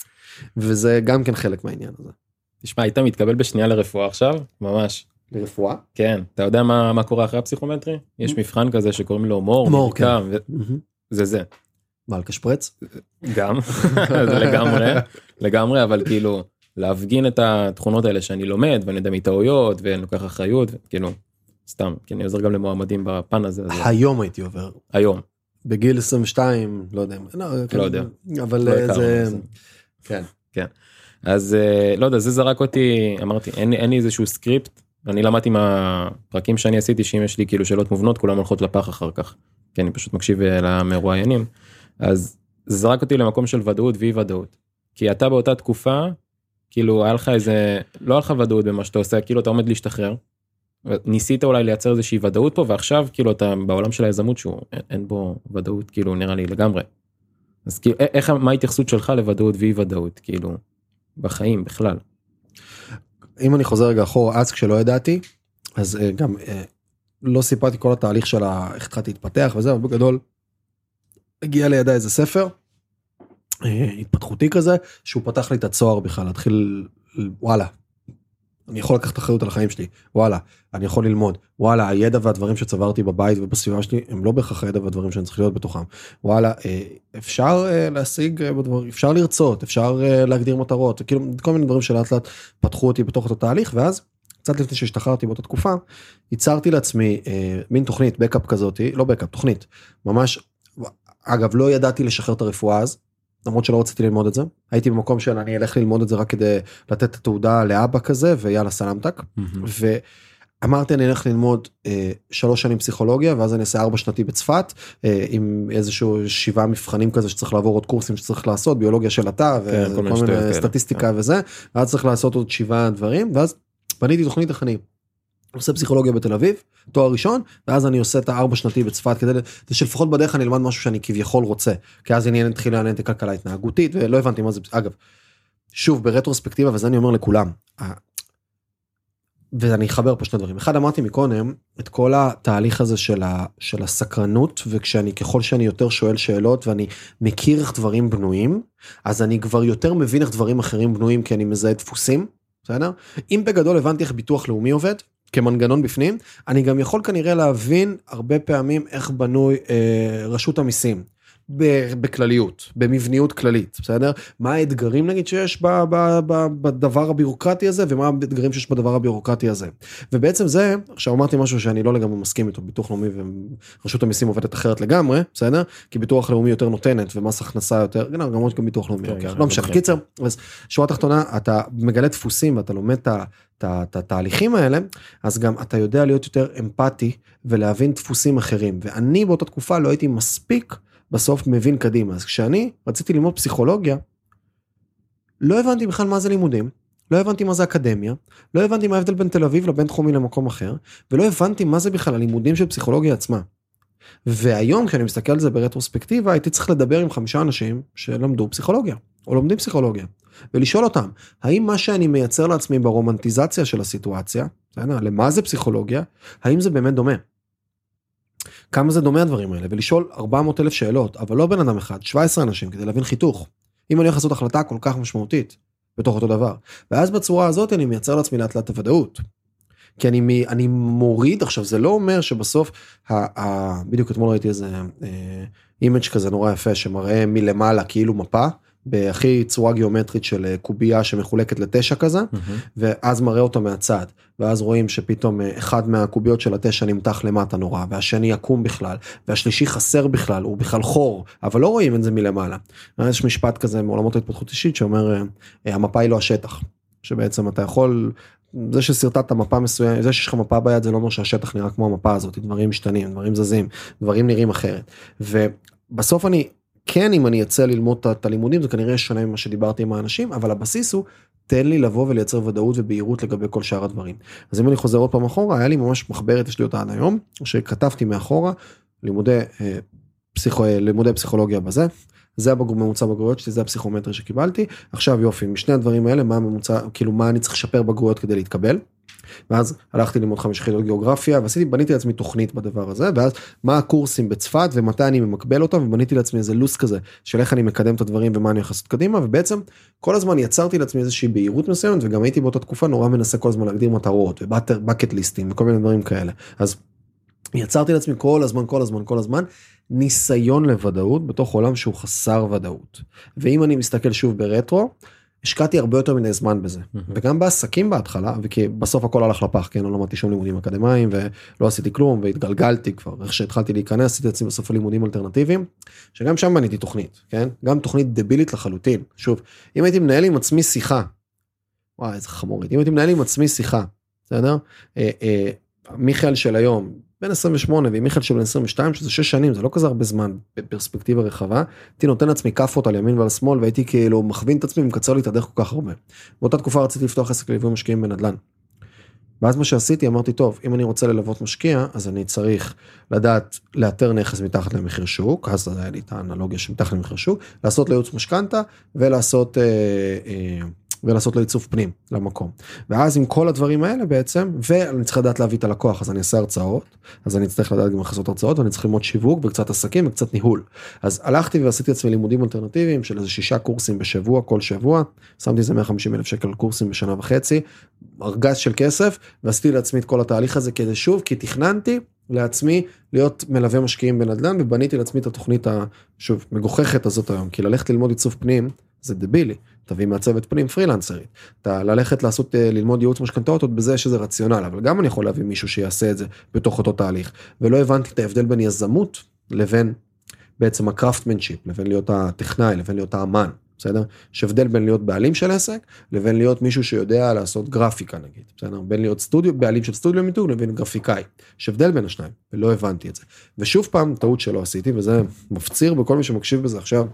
וזה גם כן חלק מהעניין הזה. תשמע, היית מתקבל בשנייה לרפואה עכשיו, ממש. לרפואה? כן, אתה יודע מה קורה אחרי הפסיכומטרי? יש מבחן כזה שקוראים לו מור, כן. זה. מה, על קשפרץ? גם, זה לגמרי, אבל כאילו, להפגין את התכונות האלה שאני לומד, ואני יודע מטעויות, ואני לוקח אחריות, כאילו, סתם, כי אני עוזר גם למועמדים בפן הזה. היום הייתי עובר. היום. בגיל 22, לא יודע. לא יודע. אבל זה... כן. כן. אז לא יודע, זה זרק אותי, אמרתי, אין לי איזשהו סקריפט, אני למדתי מהפרקים שאני עשיתי, שאם יש לי כאילו שאלות מובנות, כולם הולכות לפח אחר כך, כי אני פשוט מקשיב למרואיינים, אז זה זרק אותי למקום של ודאות ואי ודאות, כי אתה באותה תקופה, כאילו היה לך איזה, לא היה לך ודאות במה שאתה עושה, כאילו אתה עומד להשתחרר, ניסית אולי לייצר איזושהי ודאות פה, ועכשיו כאילו אתה בעולם של היזמות, שהוא אין בו ודאות, כאילו נראה לי לגמרי, אז כאילו, מה ההתייחסות שלך לוודאות ואי ודאות, כאילו, בחיים בכלל? אם אני חוזר רגע אחורה, אז כשלא ידעתי, אז גם לא סיפרתי כל התהליך של איך התחלתי להתפתח וזה, אבל בגדול, הגיע לידי איזה ספר, התפתחותי כזה, שהוא פתח לי את הצוהר בכלל, להתחיל, וואלה, אני יכול לקחת אחריות על החיים שלי, וואלה, אני יכול ללמוד, וואלה, הידע והדברים שצברתי בבית ובסביבה שלי, הם לא בהכרח הידע והדברים שאני צריך להיות בתוכם, וואלה, אפשר להשיג בדברים, אפשר לרצות, אפשר להגדיר מטרות, כאילו, כל מיני דברים שלאט לאט פתחו אותי בתוך אותו תהליך, ואז, קצת לפני שהשתחררתי באותה תקופה, ייצרתי לעצמי מין תוכנית, בקאפ כזאת, לא בקאפ, תוכנית, ממש, אגב, לא ידעתי לשחרר את הרפואה אז, למרות שלא רציתי ללמוד את זה, הייתי במקום של אני אלך ללמוד את זה רק כדי לתת את התעודה לאבא כזה, ויאללה סלמתק, ואמרתי אני אלך ללמוד 3 שנים פסיכולוגיה, ואז אני אעשה 4 שנתי בצפת, עם איזשהו 7 מבחנים כזה שצריך לעבור עוד קורסים שצריך לעשות, ביולוגיה של התא, וכל מיני סטטיסטיקה וזה, ואז צריך לעשות עוד 7 דברים, ואז בניתי תוכנית איך אני עושה פסיכולוגיה בתל אביב, תואר ראשון, ואז אני עושה את 4 שנתי בצפת, כדי שלפחות בדרך אני אלמד משהו שאני כביכול רוצה, כי אז אני אתחיל לעניין את הכלכלה התנהגותית, ולא הבנתי מה זה, אגב, שוב, ברטרוספקטיבה, וזה אני אומר לכולם, ואני אחבר פה 2 דברים, אחד אמרתי מקודם, את כל התהליך הזה של הסקרנות, וכשאני, ככל שאני יותר שואל שאלות, ואני מכיר איך דברים בנויים, אז אני כבר יותר מבין איך דברים אחרים בנויים, כי אני מזהה דפוסים, בסדר? אם בגדול הבנתי איך ביטוח לאומי עובד, כמנגנון בפנים, אני גם יכול כנראה להבין הרבה פעמים איך בנוי רשות המיסים, בכלליות, במבניות כללית, בסדר? מה האתגרים נגיד שיש בדבר הבירוקרטי הזה, ומה האתגרים שיש בדבר הבירוקרטי הזה. ובעצם זה, עכשיו אמרתי משהו שאני לא לגמרי מסכים איתו, ביטוח לאומי ורשות המיסים עובדת אחרת לגמרי, בסדר? כי ביטוח לאומי יותר נותנת, ומס הכנסה יותר, גם ביטוח לאומי, לא משנה, קיצר, אז שורה תחתונה, אתה מגלה דפוסים, ואתה לומד את התהליכים האלה, אז גם אתה יודע להיות יותר אמפתי, ולהבין דפוסים אחרים, ואני באותה תקופה לא הייתי מספיק בסוף מבין קדימה. אז כשאני רציתי ללמוד פסיכולוגיה, לא הבנתי בכלל מה זה לימודים, לא הבנתי מה זה אקדמיה, לא הבנתי מה ההבדל בין תל אביב לבין תחומי למקום אחר, ולא הבנתי מה זה בכלל הלימודים של פסיכולוגיה עצמה. והיום כשאני מסתכל על זה ברטרוספקטיבה, הייתי צריך לדבר עם 5 אנשים שלמדו פסיכולוגיה, או לומדים פסיכולוגיה, ולשאול אותם, האם מה שאני מייצר לעצמי ברומנטיזציה של הסיטואציה, למה זה פסיכולוגיה, האם זה באמת דומה? כמה זה דומה הדברים האלה, ולשאול 400,000 שאלות, אבל לא בן אדם אחד, 17 אנשים, כדי להבין חיתוך. אם אני הולך לעשות החלטה כל כך משמעותית, בתוך אותו דבר. ואז בצורה הזאת אני מייצר לעצמי לאט לאט הוודאות. כי אני מוריד, עכשיו זה לא אומר שבסוף, בדיוק אתמול ראיתי איזה אימג' כזה נורא יפה, שמראה מלמעלה כאילו מפה, בהכי צורה גיאומטרית של קובייה שמחולקת ל9 כזה, ואז מראה אותו מהצד, ואז רואים שפתאום אחד מהקוביות של 9 נמתח למטה נורא, והשני יקום בכלל, והשלישי חסר בכלל, הוא בכלל חור, אבל לא רואים את זה מלמעלה. יש משפט כזה מעולמות ההתפתחות אישית, שאומר, המפה היא לא השטח, שבעצם אתה יכול, זה שסרטטת מפה מסוימת, זה שיש לך מפה ביד, זה לא אומר שהשטח נראה כמו המפה הזאת, דברים משתנים, דברים זזים, דברים נראים אחרת, ובסוף כן, אם אני אצא ללמוד את הלימודים, זה כנראה שונה ממה שדיברתי עם האנשים, אבל הבסיס הוא, תן לי לבוא ולייצר ודאות ובהירות לגבי כל שאר הדברים. אז אם אני חוזר עוד פעם אחורה, היה לי ממש מחברת, יש לי אותה עד היום, שכתבתי מאחורה, לימודי פסיכולוגיה בזה, זה ממוצע בגרויות שלי, זה הפסיכומטרי שקיבלתי, עכשיו יופי, משני הדברים האלה, מה הממוצע, כאילו מה אני צריך לשפר בגרויות כדי להתקבל, ואז הלכתי ללמוד 5 יחידות גיאוגרפיה, בניתי לעצמי תוכנית בדבר הזה, ואז מה הקורסים בצפת, ומתי אני ממקבל אותם, ובניתי לעצמי איזה לוס כזה, של איך אני מקדם את הדברים, ומה אני יכול לעשות קדימה, ובעצם כל הזמן יצרתי לעצמי איזושהי בהירות מסוימת, וגם הייתי באותה תקופה נורא מנסה כל הזמן להגדיר מטרות, ובקט ליסטים, וכל מיני דברים כאלה. אז יצרתי לעצמי כל הזמן, ניסיון לוודאות בתוך עולם שהוא חסר ודאות. ואם אני מסתכל שוב ברטרו, השקעתי הרבה יותר מדי זמן בזה. וגם בעסקים בהתחלה, וכי בסוף הכל הלך לפח, כן, לא למדתי שום לימודים אקדמיים, ולא עשיתי כלום, והתגלגלתי כבר, איך שהתחלתי להיכנס, עשיתי עצמי בסוף לימודים אלטרנטיביים, שגם שם בניתי תוכנית, כן? גם תוכנית דבילית לחלוטין. שוב, אם הייתי מנהל עם עצמי שיחה, וואי, איזה חמורית, אם הייתי מנהל עם עצמי שיחה, בסדר? מיכאל של היום, בין 28 ומיכאל של 22, שזה 6 שנים, זה לא כזה הרבה זמן בפרספקטיבה רחבה, הייתי נותן לעצמי כפות על ימין ועל שמאל, והייתי כאילו מכווין את עצמי ומקצר לי את הדרך כל כך הרבה. באותה תקופה רציתי לפתוח עסק לליווי משקיעים בנדל"ן. ואז מה שעשיתי, אמרתי, טוב, אם אני רוצה ללוות משקיע, אז אני צריך לדעת לאתר נכס מתחת למחיר שוק, אז היה לי את האנלוגיה שמתחת למחיר שוק, לעשות לייעוץ משכנתא, ולעשות לו עיצוב פנים למקום. ואז עם כל הדברים האלה בעצם, ואני צריך לדעת להביא את הלקוח, אז אני אעשה הרצאות, אז אני צריך לדעת גם לעשות הרצאות, ואני צריך ללמוד שיווק, וקצת עסקים, וקצת ניהול. אז הלכתי ועשיתי עצמי לימודים אלטרנטיביים, של איזה 6 קורסים בשבוע, כל שבוע, שמתי איזה 150,000 שקל על קורסים בשנה וחצי, ארגז של כסף, ועשיתי לעצמי את כל התהליך הזה, כדי שוב, כי תכננתי לעצמי להיות מלווה משקיעים בנדל"ן, ובניתי לעצמי את התוכנית שוב, מגוחכת הזאת היום, כי ללכת ללמוד עיצוב פנים, זה דבילי, תביא מעצבת פנים פרילנסרית, אתה ללכת ללמוד ייעוץ משכנתאות עוד בזה שזה רציונל, אבל גם אני יכול להביא מישהו שיעשה את זה בתוך אותו תהליך, ולא הבנתי את ההבדל בין יזמות לבין בעצם הקראפטמנשיפ, לבין להיות הטכנאי, לבין להיות האמן, בסדר? יש הבדל בין להיות בעלים של עסק, לבין להיות מישהו שיודע לעשות גרפיקה נגיד, בסדר? בין להיות בעלים של סטודיו מיתוג לבין גרפיקאי, יש הבדל בין השניים, ולא הבנתי את זה. ושוב פעם, טעות שלא עשיתי, וזה מפציר בכל מי שמקשיב בזה עכשיו,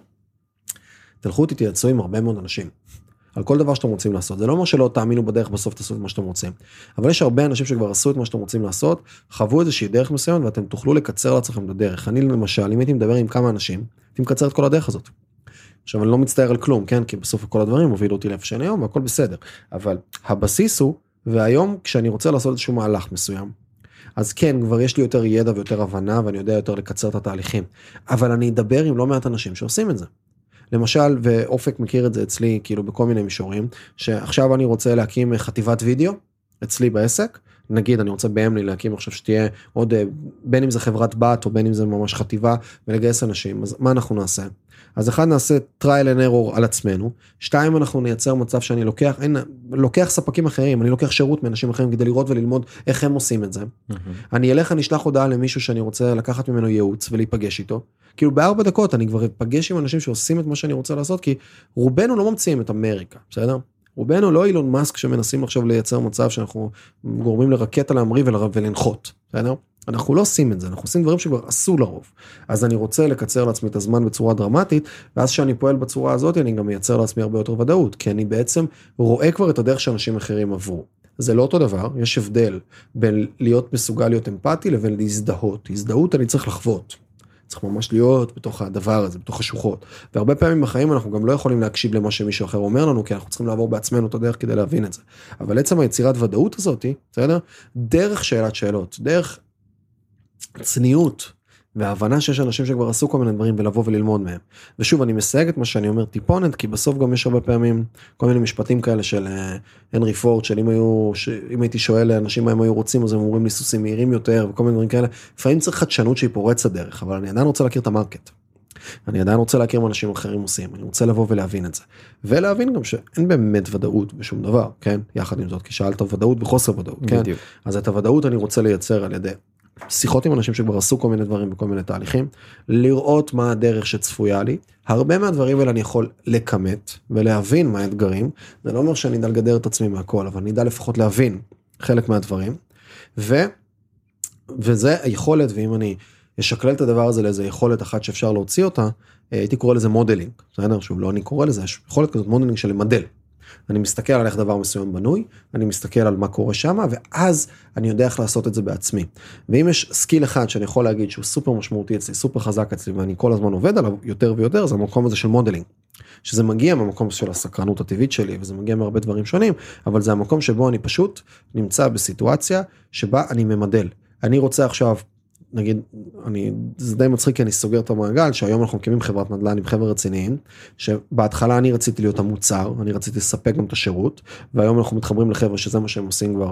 תלכו תתייעצו עם הרבה מאוד אנשים, על כל דבר שאתם רוצים לעשות. זה לא אומר שלא תאמינו בדרך, בסוף תעשו את מה שאתם רוצים. אבל יש הרבה אנשים שכבר עשו את מה שאתם רוצים לעשות, חוו איזושהי דרך מסוימת, ואתם תוכלו לקצר לעצמכם את הדרך. אני למשל, אם הייתי מדבר עם כמה אנשים, הייתי מקצר את כל הדרך הזאת. עכשיו, אני לא מצטער על כלום, כן? כי בסוף כל הדברים הובילו אותי לאיפה שאני היום, והכל בסדר. אבל הבסיס הוא, והיום כשאני רוצה לעשות איזשהו מהלך מסוים, אז כן, כבר יש לי יותר ידע ויותר הבנה, ואני יודע יותר לקצר את התהליכים. אבל אני אדבר עם לא מעט אנשים שעושים את זה. למשל, ואופק מכיר את זה אצלי, כאילו בכל מיני מישורים, שעכשיו אני רוצה להקים חטיבת וידאו, אצלי בעסק, נגיד אני רוצה באמלי להקים עכשיו שתהיה עוד, בין אם זה חברת בת, או בין אם זה ממש חטיבה, ולגייס אנשים, אז מה אנחנו נעשה? אז אחד נעשה trial and error על עצמנו, 2 אנחנו נייצר מצב שאני לוקח ספקים אחרים, אני לוקח שירות מאנשים אחרים כדי לראות וללמוד איך הם עושים את זה. אני אשלח הודעה למישהו שאני רוצה לקחת ממנו ייעוץ ולהיפגש איתו, כאילו ב4 דקות אני כבר אפגש עם אנשים שעושים את מה שאני רוצה לעשות, כי רובנו לא ממציאים את אמריקה, בסדר? רובנו לא אילון מאסק שמנסים עכשיו לייצר מצב שאנחנו גורמים לרקטה להמריא ולנחות, בסדר? אנחנו לא עושים את זה, אנחנו עושים דברים שכבר עשו לרוב. אז אני רוצה לקצר לעצמי את הזמן בצורה דרמטית, ואז שאני פועל בצורה הזאת, אני גם מייצר לעצמי הרבה יותר ודאות, כי אני בעצם רואה כבר את הדרך שאנשים אחרים עברו. זה לא אותו דבר, יש הבדל בין להיות מסוגל להיות אמפתי לבין להזדהות. הזדהות אני צריך לחוות. צריך ממש להיות בתוך הדבר הזה, בתוך השוחות. והרבה פעמים בחיים אנחנו גם לא יכולים להקשיב למה שמישהו אחר אומר לנו, כי אנחנו צריכים לעבור בעצמנו את הדרך כדי להבין את זה. אבל עצם היצירת ודאות הזאת, בסדר? דרך שאלת שאלות, דרך צניעות, וההבנה שיש אנשים שכבר עשו כל מיני דברים ולבוא וללמוד מהם. ושוב, אני מסייג את מה שאני אומר טיפונת, כי בסוף גם יש הרבה פעמים כל מיני משפטים כאלה של הנרי פורד, של אם הייתי שואל לאנשים מה הם היו רוצים, אז הם אומרים לי סוסים מהירים יותר, וכל מיני דברים כאלה. לפעמים צריך חדשנות שהיא פורצת דרך, אבל אני עדיין רוצה להכיר את המרקט. אני עדיין רוצה להכיר מה אנשים אחרים עושים, אני רוצה לבוא ולהבין את זה. ולהבין גם שאין באמת ודאות בשום דבר, כן? יחד עם זאת, כי שאלת ודאות בחוסר ודאות, כן? אז את הוודאות אני רוצה לייצר על ידי שיחות עם אנשים שכבר עשו כל מיני דברים וכל מיני תהליכים, לראות מה הדרך שצפויה לי, הרבה מהדברים האלה אני יכול לקמת ולהבין מה האתגרים, זה לא אומר שאני אדע לגדר את עצמי מהכל, אבל אני אדע לפחות להבין חלק מהדברים, וזה היכולת, ואם אני אשקלל את הדבר הזה לאיזה יכולת אחת שאפשר להוציא אותה, הייתי קורא לזה מודלינג, בסדר? שוב, לא אני קורא לזה, יש יכולת כזאת מודלינג של למדל. אני מסתכל על איך דבר מסוים בנוי, אני מסתכל על מה קורה שם, ואז אני יודע איך לעשות את זה בעצמי. ואם יש סקיל אחד שאני יכול להגיד שהוא סופר משמעותי אצלי, סופר חזק אצלי, ואני כל הזמן עובד עליו יותר ויותר, זה המקום הזה של מודלינג. שזה מגיע מהמקום של הסקרנות הטבעית שלי, וזה מגיע מהרבה דברים שונים, אבל זה המקום שבו אני פשוט נמצא בסיטואציה שבה אני ממדל. אני רוצה עכשיו, נגיד, זה די מצחיק כי אני סוגר את המעגל, שהיום אנחנו מקימים חברת נדל"ן עם חבר'ה רציניים, שבהתחלה אני רציתי להיות המוצר, אני רציתי לספק גם את השירות, והיום אנחנו מתחברים לחבר'ה שזה מה שהם עושים כבר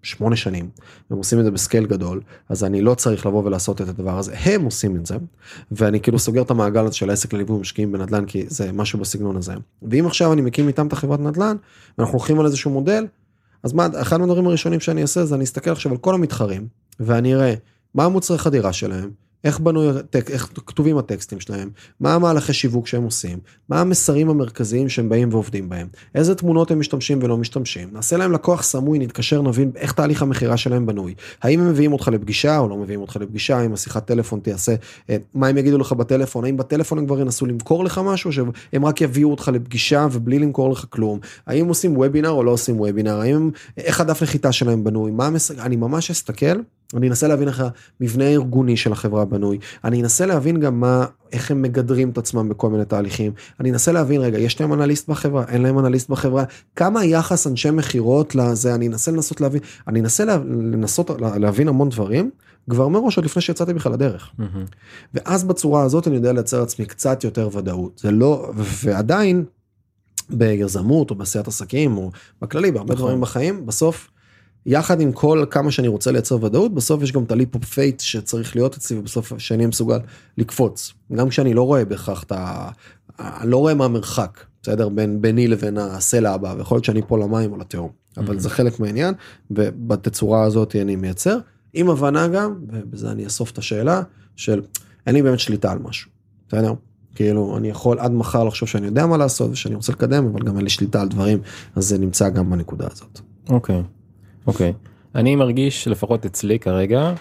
8 שנים, הם עושים את זה בסקייל גדול, אז אני לא צריך לבוא ולעשות את הדבר הזה, הם עושים את זה, ואני כאילו סוגר את המעגל הזה של העסק לליווי משקיעים בנדל"ן, כי זה משהו בסגנון הזה. ואם עכשיו אני מקים איתם את החברת נדל"ן, ואנחנו הולכים על איזשהו מודל, אז אחד מהדברים הראשונים שאני אעשה, זה אני אסתכל עכשיו על כל המתחרים, ואני אראה מה המוצרי חדירה שלהם, איך כתובים הטקסטים שלהם, מה המהלכי שיווק שהם עושים, מה המסרים המרכזיים שהם באים ועובדים בהם, איזה תמונות הם משתמשים ולא משתמשים, נעשה להם לקוח סמוי, נתקשר, נבין איך תהליך המחירה שלהם בנוי, האם הם מביאים אותך לפגישה או לא מביאים אותך לפגישה, האם השיחת טלפון תעשה, מה הם יגידו לך בטלפון, האם בטלפון הם כבר ינסו למכור לך משהו, שהם רק יביאו אותך לפגישה ובלי למכור לך כלום, האם עושים וובינר או לא עושים וובינר, איך הדף נחיתה שלהם בנוי, אני ממש אסתכל, אני אנסה להבין איך המבנה הארגוני של החברה בנוי, אני אנסה להבין גם איך הם מגדרים את עצמם בכל מיני תהליכים, אני אנסה להבין, רגע, יש להם אנליסט בחברה, אין להם אנליסט בחברה, כמה יחס אנשי מחירות לזה, אני אנסה לנסות להבין, אני אנסה לנסות להבין המון דברים, כבר מראש עוד לפני שיצאתי בכלל לדרך. ואז בצורה הזאת אני יודע לייצר עצמי קצת יותר ודאות, זה לא, ועדיין, ביזמות או בעשיית עסקים, או בכללי, בהרבה דברים בחיים, בסוף, יחד עם כל כמה שאני רוצה לייצר ודאות, בסוף יש גם את הליפ אופ פייט שצריך להיות אצלי, ובסוף שאני מסוגל לקפוץ. גם כשאני לא רואה בהכרח אני לא רואה מה המרחק, בסדר? ביני לבין הסלע הבא, ויכול להיות שאני פה למים או לתהום. אבל זה חלק מהעניין, ובתצורה הזאת אני מייצר, עם הבנה גם, ובזה אני אסוף את השאלה, של אין לי באמת שליטה על משהו. בסדר? כאילו, אני יכול עד מחר לחשוב שאני יודע מה לעשות, ושאני רוצה לקדם, אבל גם אין לי שליטה על דברים, אז זה נמצא גם בנקודה הזאת. אוקיי. אני מרגיש, לפחות אצלי כרגע,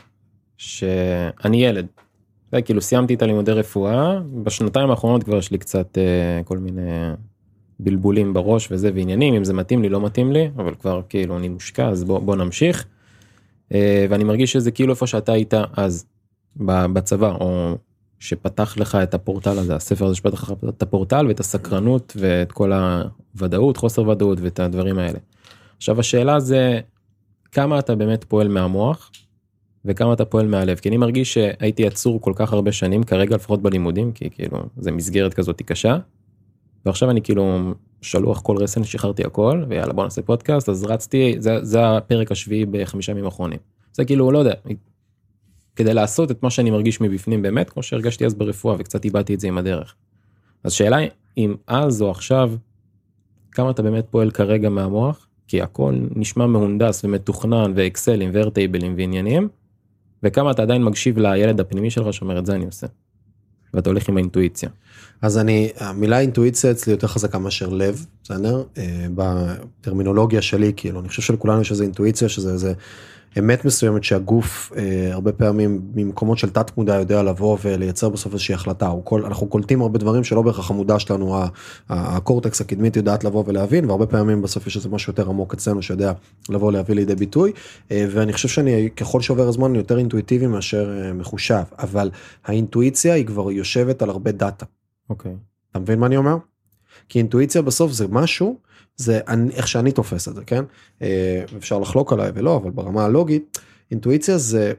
שאני ילד. כאילו סיימתי את הלימודי רפואה, בשנתיים האחרונות כבר יש לי קצת כל מיני בלבולים בראש וזה ועניינים, אם זה מתאים לי, לא מתאים לי, אבל כבר כאילו אני מושקע, אז בוא נמשיך. ואני מרגיש שזה כאילו איפה שאתה היית אז, בצבא, או שפתח לך את הפורטל הזה, הספר הזה שפתח לך את הפורטל ואת הסקרנות ואת כל הוודאות, חוסר ודאות ואת הדברים האלה. עכשיו השאלה זה, כמה אתה באמת פועל מהמוח, וכמה אתה פועל מהלב, כי אני מרגיש שהייתי עצור כל כך הרבה שנים, כרגע לפחות בלימודים, כי כאילו, זה מסגרת כזאת קשה, ועכשיו אני כאילו שלוח כל רסן, שחררתי הכל, ויאללה בוא נעשה פודקאסט, אז רצתי, זה הפרק השביעי ב5 ימים האחרונים. זה כאילו, לא יודע, כדי לעשות את מה שאני מרגיש מבפנים באמת, כמו שהרגשתי אז ברפואה, וקצת איבדתי את זה עם הדרך. אז שאלה, אם אז או עכשיו, כמה אתה באמת פועל כרגע מהמוח, כי הכל נשמע מהונדס ומתוכנן ואקסלים וארטייבלים ועניינים, וכמה אתה עדיין מקשיב לילד הפנימי שלך שאומר את זה אני עושה. ואתה הולך עם האינטואיציה. אז המילה אינטואיציה אצלי יותר חזקה מאשר לב, בסדר? בטרמינולוגיה שלי, כאילו, אני חושב שלכולנו יש איזו אינטואיציה, שזה אמת מסוימת שהגוף הרבה פעמים ממקומות של תת מודע יודע לבוא ולייצר בסוף איזושהי החלטה, אנחנו קולטים הרבה דברים שלא בהכרח המודע שלנו, הקורטקס הקדמית יודעת לבוא ולהבין, והרבה פעמים בסוף יש איזה משהו יותר עמוק אצלנו שיודע לבוא להביא לידי ביטוי, ואני חושב שאני ככל שעובר הזמן אני יותר אינטואיטיבי מאשר מחושב, אבל האינטואיציה היא כבר יושבת על הרבה דאטה. אוקיי. אתה מבין מה אני אומר? כי אינטואיציה בסוף זה משהו, זה איך שאני תופס את זה, כן? אפשר לחלוק עליי ולא, אבל ברמה הלוגית, אינטואיציה זה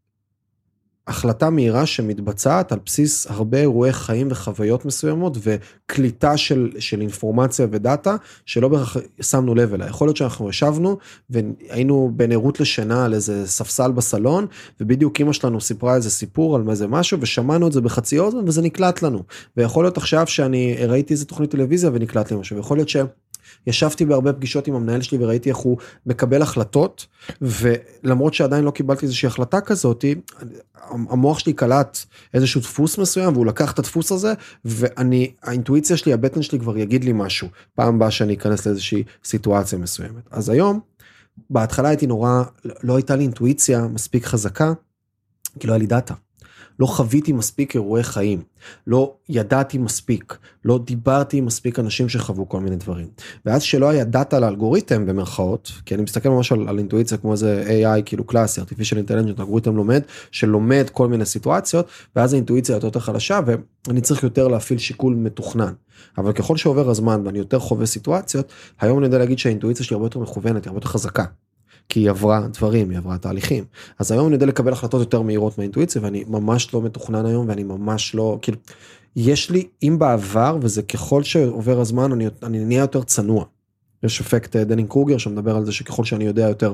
החלטה מהירה שמתבצעת על בסיס הרבה אירועי חיים וחוויות מסוימות, וקליטה של אינפורמציה ודאטה, שלא בכך שמנו לב אליה. יכול להיות שאנחנו ישבנו, והיינו בנערות לשינה על איזה ספסל בסלון, ובדיוק אמא שלנו סיפרה איזה סיפור על איזה משהו, ושמענו את זה בחצי אוזן, וזה נקלט לנו. ויכול להיות עכשיו שאני ראיתי איזה תוכנית טלוויזיה, ונקלט לי משהו, ויכול להיות ישבתי בהרבה פגישות עם המנהל שלי וראיתי איך הוא מקבל החלטות, ולמרות שעדיין לא קיבלתי איזושהי החלטה כזאת, המוח שלי קלט איזשהו דפוס מסוים, והוא לקח את הדפוס הזה, האינטואיציה שלי, הבטן שלי כבר יגיד לי משהו, פעם הבאה שאני אכנס לאיזושהי סיטואציה מסוימת. אז היום, בהתחלה הייתי לא הייתה לי אינטואיציה מספיק חזקה, כי לא היה לי דאטה. לא חוויתי מספיק אירועי חיים, לא ידעתי מספיק, לא דיברתי עם מספיק אנשים שחוו כל מיני דברים. ואז שלא היה דאטה לאלגוריתם במרכאות, כי אני מסתכל ממש על אינטואיציה כמו איזה AI כאילו קלאסי, artificial intelligence, אלגוריתם שלומד כל מיני סיטואציות, ואז האינטואיציה יותר חלשה, ואני צריך יותר להפעיל שיקול מתוכנן. אבל ככל שעובר הזמן ואני יותר חווה סיטואציות, היום אני יודע להגיד שהאינטואיציה שלי הרבה יותר מכוונת, הרבה יותר חזקה. כי היא עברה דברים, היא עברה תהליכים. אז היום אני יודע לקבל החלטות יותר מהירות מהאינטואיציה, ואני ממש לא מתוכנן היום, ואני ממש לא, כאילו, יש לי, אם בעבר, וזה ככל שעובר הזמן, אני נהיה יותר צנוע. יש אפקט דנינג קרוגר, שמדבר על זה שככל שאני יודע יותר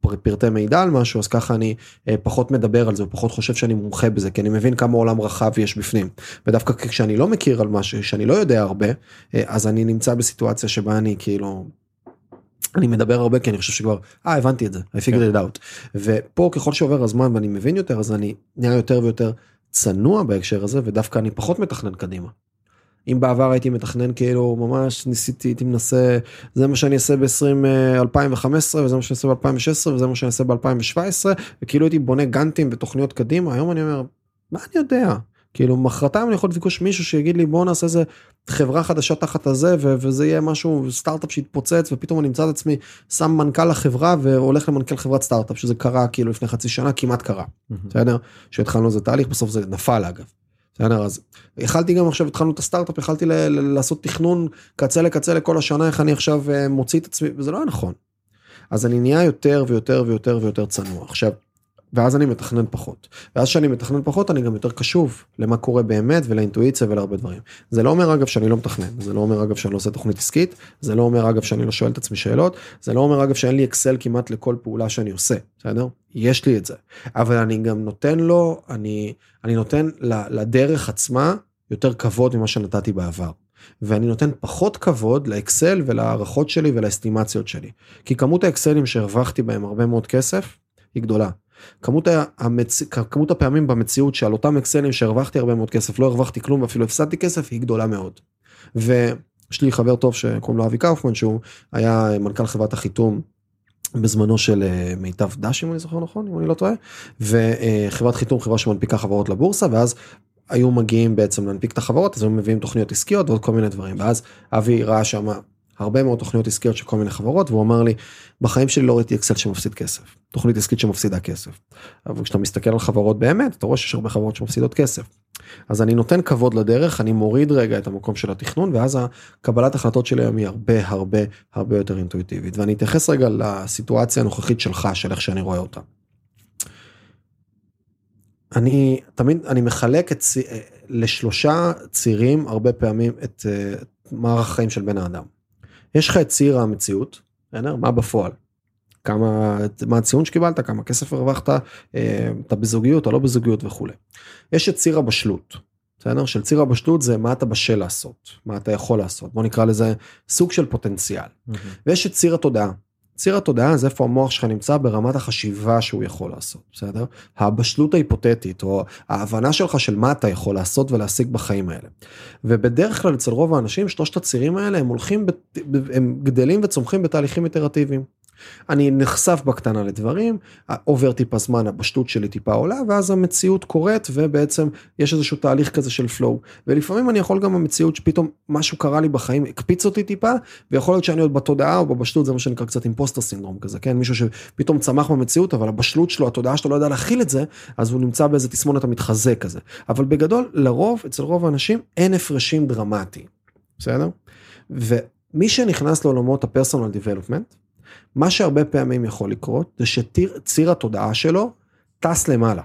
פרטי מידע על משהו, אז ככה אני פחות מדבר על זה, ופחות חושב שאני מומחה בזה, כי אני מבין כמה עולם רחב יש בפנים. ודווקא כשאני לא מכיר על משהו, שאני לא יודע הרבה, אז אני נמצא בסיטואציה שבה אני כאילו, אני מדבר הרבה, כי אני חושב שכבר, הבנתי את זה, I figured it out. ופה ככל שעובר הזמן ואני מבין יותר, אז אני נהיה יותר ויותר צנוע בהקשר הזה, ודווקא אני פחות מתכנן קדימה. אם בעבר הייתי מתכנן כאילו ממש הייתי מנסה, זה מה שאני אעשה ב-2015 וזה מה שאני אעשה ב-2016 וזה מה שאני אעשה ב-2017 וכאילו הייתי בונה גנטים ותוכניות קדימה, היום אני אומר, מה אני יודע? כאילו מחרתיים אני יכול לבקש מישהו שיגיד לי בוא נעשה איזה חברה חדשה תחת הזה וזה יהיה משהו סטארט-אפ שיתפוצץ ופתאום אני נמצא את עצמי שם מנכ"ל לחברה והולך למנכ"ל חברת סטארט-אפ שזה קרה כאילו לפני חצי שנה כמעט קרה, בסדר? שהתחלנו איזה תהליך בסוף זה נפל אגב. אז יכלתי גם עכשיו, התחלנו את הסטארט-אפ, יכלתי לעשות תכנון קצה לקצה לכל השנה, איך אני עכשיו מוציא את עצמי, וזה לא היה נכון. אז אני נהיה יותר ויותר ויותר ויותר צנוע. עכשיו, ואז אני מתכנן פחות. ואז שאני מתכנן פחות, אני גם יותר קשוב למה קורה באמת ולאינטואיציה ולהרבה דברים. זה לא אומר אגב שאני לא מתכנן, זה לא אומר אגב שאני לא עושה תוכנית עסקית, זה לא אומר אגב שאני לא שואל את עצמי שאלות, זה לא אומר אגב שאין לי אקסל כמעט לכל פעולה שאני עושה, בסדר? יש לי את זה. אבל אני גם נותן לו, אני נותן לדרך עצמה יותר כבוד ממה שנתתי בעבר. ואני נותן פחות כבוד לאקסל ולערכות שלי ולאסטימציות שלי. כי כמות האקסלים שהרווחתי בהם הרבה מאוד כסף, היא גדולה. כמות הפעמים במציאות שעל אותם אקסלים שהרווחתי הרבה מאוד כסף, לא הרווחתי כלום ואפילו הפסדתי כסף, היא גדולה מאוד. ויש לי חבר טוב שקוראים לו אבי קאופמן, שהוא היה מנכ"ל חברת החיתום בזמנו של מיטב דש, אם אני זוכר נכון, אם אני לא טועה, וחברת חיתום, חברה שמנפיקה חברות לבורסה, ואז היו מגיעים בעצם להנפיק את החברות, אז הם מביאים תוכניות עסקיות ועוד כל מיני דברים, ואז אבי ראה שם הרבה מאוד תוכניות עסקיות של כל מיני חברות, והוא אמר לי, בחיים שלי לא ראיתי אקסל שמפסיד כסף, תוכנית עסקית שמפסידה כסף. אבל כשאתה מסתכל על חברות באמת, אתה רואה שיש הרבה חברות שמפסידות כסף. אז אני נותן כבוד לדרך, אני מוריד רגע את המקום של התכנון, ואז הקבלת החלטות שלי היום היא הרבה יותר אינטואיטיבית. ואני אתייחס רגע לסיטואציה הנוכחית שלך, של איך שאני רואה אותה. אני מחלק לשלושה צירים, הרבה פעמים, את מערך החיים של בן האדם. יש לך את ציר המציאות, מה בפועל? מה הציון שקיבלת, כמה כסף הרווחת, אתה בזוגיות או לא בזוגיות וכו'. יש את ציר הבשלות, של ציר הבשלות זה מה אתה בשל לעשות, מה אתה יכול לעשות, בוא נקרא לזה סוג של פוטנציאל. ויש את ציר התודעה. ציר התודעה זה איפה המוח שלך נמצא ברמת החשיבה שהוא יכול לעשות, בסדר? הבשלות ההיפותטית או ההבנה שלך של מה אתה יכול לעשות ולהשיג בחיים האלה. ובדרך כלל אצל רוב האנשים שלושת הצירים האלה הם גדלים וצומחים בתהליכים איטרטיביים. אני נחשף בקטנה לדברים, עובר טיפה זמן, הבשלות שלי טיפה עולה, ואז המציאות קורית, ובעצם יש איזשהו תהליך כזה של פלואו, ולפעמים אני יכול גם המציאות שפתאום משהו קרה לי בחיים, הקפיץ אותי טיפה, ויכול להיות שאני עוד בתודעה או בבשלות, זה מה שנקרא קצת אימפוסטר סינדרום כזה, כן? מישהו שפתאום צמח במציאות, אבל הבשלות שלו, התודעה שלו לא יודע להכיל את זה, אז הוא נמצא באיזה תסמונת המתחזק כזה. אבל בגדול, לרוב, אצל רוב האנשים, אין הפרשים דרמטיים. בסדר? ומי שנכנס לעולמות ה-personal development, מה שהרבה פעמים יכול לקרות, זה שציר התודעה שלו טס למעלה.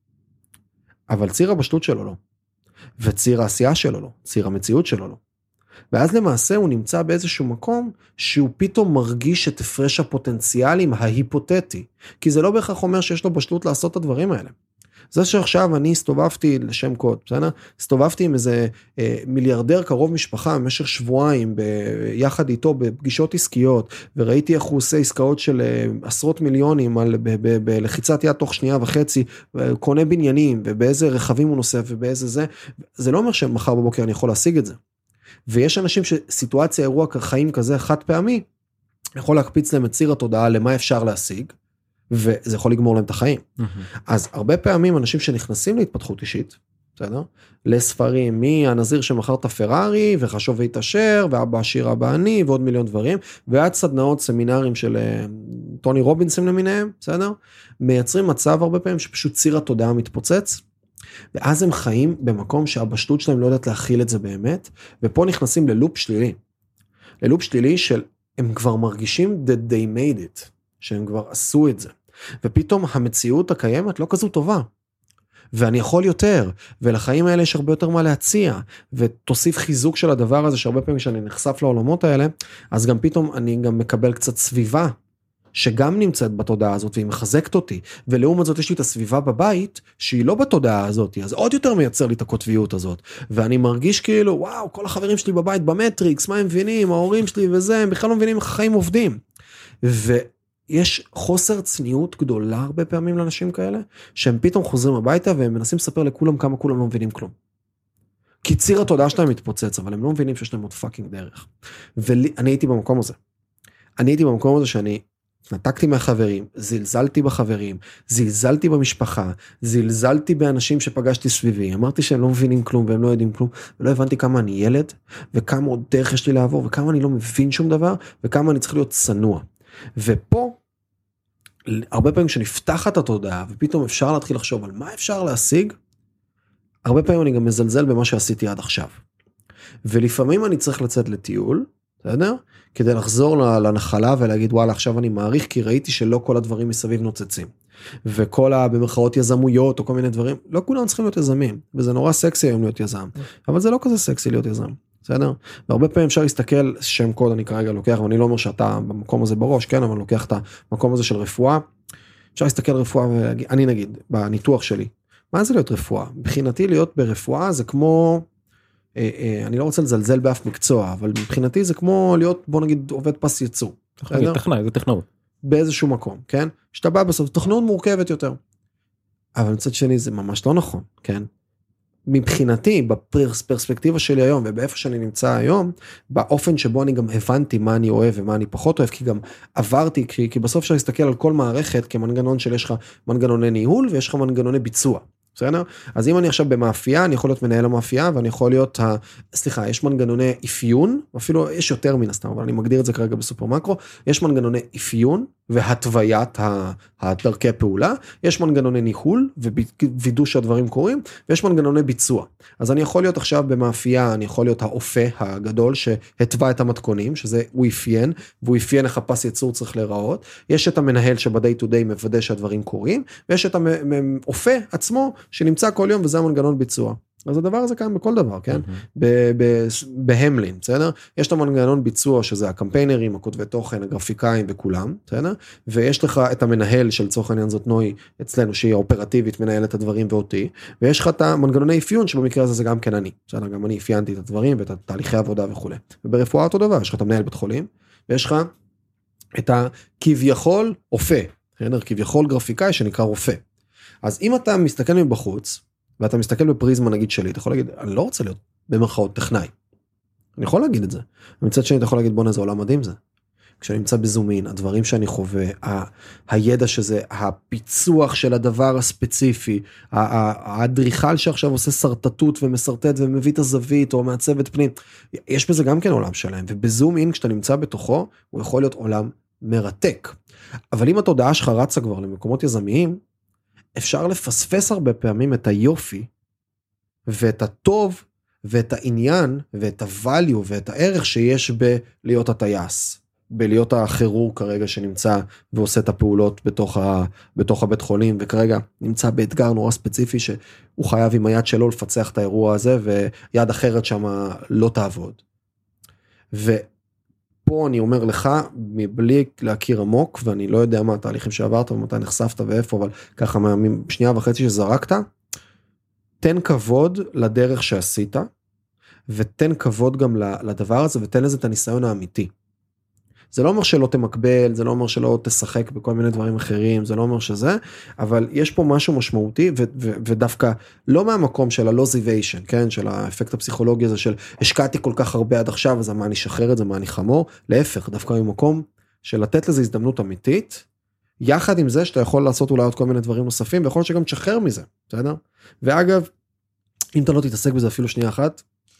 אבל ציר הבשלות שלו לא. וציר העשייה שלו לא. ציר המציאות שלו לא. ואז למעשה הוא נמצא באיזשהו מקום, שהוא פתאום מרגיש את הפרש הפוטנציאלים ההיפותטי. כי זה לא בהכרח אומר שיש לו בשלות לעשות את הדברים האלה. זה שעכשיו אני הסתובבתי לשם קוד, בסדר? הסתובבתי עם איזה מיליארדר קרוב משפחה במשך שבועיים יחד איתו בפגישות עסקיות, וראיתי איך הוא עושה עסקאות של עשרות מיליונים בלחיצת יד תוך שנייה וחצי, קונה בניינים ובאיזה רכבים הוא נוסף ובאיזה זה לא אומר שמחר בבוקר אני יכול להשיג את זה. ויש אנשים שסיטואציה, אירוע חיים כזה חד פעמי, יכול להקפיץ להם את ציר התודעה למה אפשר להשיג, וזה יכול לגמור להם את החיים. אז הרבה פעמים אנשים שנכנסים להתפתחות אישית, בסדר? לספרים, מהנזיר שמכר את הפרארי, וחשוב והתעשר, ואבא עשיר אבא עני, ועוד מיליון דברים, ועד סדנאות סמינרים של טוני רובינסון למיניהם, בסדר? מייצרים מצב הרבה פעמים שפשוט ציר התודעה מתפוצץ, ואז הם חיים במקום שהבשלות שלהם לא יודעת להכיל את זה באמת, ופה נכנסים ללופ שלילי. ללופ שלילי של הם כבר מרגישים that they made it. שהם כבר עשו את זה, ופתאום המציאות הקיימת לא כזו טובה, ואני יכול יותר, ולחיים האלה יש הרבה יותר מה להציע, ותוסיף חיזוק של הדבר הזה, שהרבה פעמים שאני נחשף לעולמות האלה, אז גם פתאום אני גם מקבל קצת סביבה, שגם נמצאת בתודעה הזאת, והיא מחזקת אותי, ולעומת זאת יש לי את הסביבה בבית, שהיא לא בתודעה הזאת, אז עוד יותר מייצר לי את הקוטביות הזאת, ואני מרגיש כאילו, וואו, כל החברים שלי בבית במטריקס, מה הם מבינים, ההורים שלי וזה, הם בכלל לא מבינים איך החיים עובדים, ויש חוסר צניעות גדולה הרבה פעמים לאנשים כאלה, שהם פתאום חוזרים הביתה, והם מנסים לספר לכולם כמה כולם לא מבינים כלום. כי ציר התודעה שלהם מתפוצץ, אבל הם לא מבינים שיש להם עוד פאקינג דרך. ואני הייתי במקום הזה. אני הייתי במקום הזה שאני נתקתי מהחברים, זלזלתי בחברים, זלזלתי במשפחה, זלזלתי באנשים שפגשתי סביבי, אמרתי שהם לא מבינים כלום והם לא יודעים כלום, ולא הבנתי כמה אני ילד, וכמה עוד דרך יש לי לעבור, וכמה אני לא מבין שום דבר, וכמה אני צריך להיות צנוע. ופה, הרבה פעמים כשנפתח את התודעה, ופתאום אפשר להתחיל לחשוב על מה אפשר להשיג, הרבה פעמים אני גם מזלזל במה שעשיתי עד עכשיו. ולפעמים אני צריך לצאת לטיול, בסדר? כדי לחזור לנחלה ולהגיד, וואלה, עכשיו אני מעריך, כי ראיתי שלא כל הדברים מסביב נוצצים. וכל במרכאות יזמויות, או כל מיני דברים, לא כולם צריכים להיות יזמים, וזה נורא סקסי היום להיות יזם, אבל זה לא כזה סקסי להיות יזם, בסדר? והרבה פעמים אפשר להסתכל, שם קוד אני כרגע לוקח, ואני לא אומר שאתה במקום הזה בראש, כן, אבל לוקח את המקום הזה של רפואה, אפשר להסתכל רפואה, אני נגיד, בניתוח שלי, מה זה להיות רפואה? מבחינתי להיות ברפואה זה כמו, אני לא רוצה לזלזל באף מקצוע, אבל מבחינתי זה כמו להיות, בוא נגיד, עובד פס ייצור. טכנאי, זה טכנאות. באיזשהו מקום, כן? שאתה בא בסוף, תכנון מורכבת יותר. אבל מצד שני זה ממש לא נכון, כן? מבחינתי, בפרספקטיבה שלי היום, ובאיפה שאני נמצא היום, באופן שבו אני גם הבנתי מה אני אוהב ומה אני פחות אוהב, כי גם עברתי, כי בסוף אפשר להסתכל על כל מערכת כמנגנון של יש לך מנגנוני ניהול, ויש לך מנגנוני ביצוע. בסדר? אז אם אני עכשיו במאפייה, אני יכול להיות מנהל המאפייה, ואני יכול להיות, יש מנגנוני אפיון, אפילו יש יותר מן הסתם, אבל אני מגדיר את זה כרגע בסופר מקרו, יש מנגנוני אפיון, והתוויית הדרכי פעולה, יש מנגנוני ניהול, ווידוא שהדברים קורים, ויש מנגנוני ביצוע. אז אני יכול להיות עכשיו במאפייה, אני יכול להיות האופה הגדול, שהתווה את המתכונים, שזה הוא אפיין, והוא אפיין איך הפס ייצור צריך להיראות, יש את המנהל שבדי טו דיי מוודא שהדברים קורים, ויש את האופה עצמו, שנמצא כל יום, וזה המנגנון ביצוע. אז הדבר הזה קיים בכל דבר, כן? בהמלין, בסדר? יש את המנגנון ביצוע, שזה הקמפיינרים, הכותבי תוכן, הגרפיקאים וכולם, בסדר? ויש לך את המנהל של צורך העניין זאת נוי אצלנו, שהיא האופרטיבית מנהל את הדברים ואותי, ויש לך את המנגנוני אפיון, שבמקרה הזה זה גם כן אני, בסדר? גם אני אפיינתי את הדברים ואת תהליכי עבודה וכו'. וברפואה אותו דבר, יש לך את המנהל בית חולים, ויש לך את הכביכול אופה, בסדר? כביכול גרפיקאי שנקרא רופא. אז אם אתה מסתכל מבחוץ, ואתה מסתכל בפריזמה נגיד שלי, אתה יכול להגיד, אני לא רוצה להיות במרכאות טכנאי. אני יכול להגיד את זה. ומצד שני, אתה יכול להגיד, בוא, זה עולם מדהים זה. כשאני נמצא בזומין, הדברים שאני חווה, הידע שזה, הפיצוח של הדבר הספציפי, האדריכל שעכשיו עושה סרטטות ומסרטט ומביא את הזווית, או מעצבת פנים, יש בזה גם כן עולם שלהם. ובזומין, כשאתה נמצא בתוכו, הוא יכול להיות עולם מרתק. אבל אם התודעה שלך רצה כבר למקומות יזמיים, אפשר לפספס הרבה פעמים את היופי, ואת הטוב, ואת העניין, ואת הvalue, ואת הערך שיש בלהיות הטייס, בלהיות החירור כרגע שנמצא, ועושה את הפעולות בתוך הבית חולים, וכרגע נמצא באתגר נורא ספציפי, שהוא חייב עם היד שלו לפצח את האירוע הזה, ויד אחרת שם לא תעבוד. פה אני אומר לך, מבלי להכיר עמוק, ואני לא יודע מה התהליכים שעברת, ומתי נחשפת ואיפה, אבל ככה שנייה וחצי שזרקת, תן כבוד לדרך שעשית, ותן כבוד גם לדבר הזה, ותן לזה את הניסיון האמיתי. זה לא אומר שלא תמקבל, זה לא אומר שלא תשחק בכל מיני דברים אחרים, זה לא אומר שזה, אבל יש פה משהו משמעותי, ודווקא לא מהמקום של הלוזיביישן, כן, של האפקט הפסיכולוגי הזה, של השקעתי כל כך הרבה עד עכשיו, אז מה אני שחרר את זה, מה אני חמור, להפך, דווקא ממקום של לתת לזה הזדמנות אמיתית, יחד עם זה שאתה יכול לעשות אולי עוד כל מיני דברים נוספים, ויכול להיות שגם תשחרר מזה, בסדר? ואגב, אם אתה לא תתעסק בזה אפילו שנייה אחת,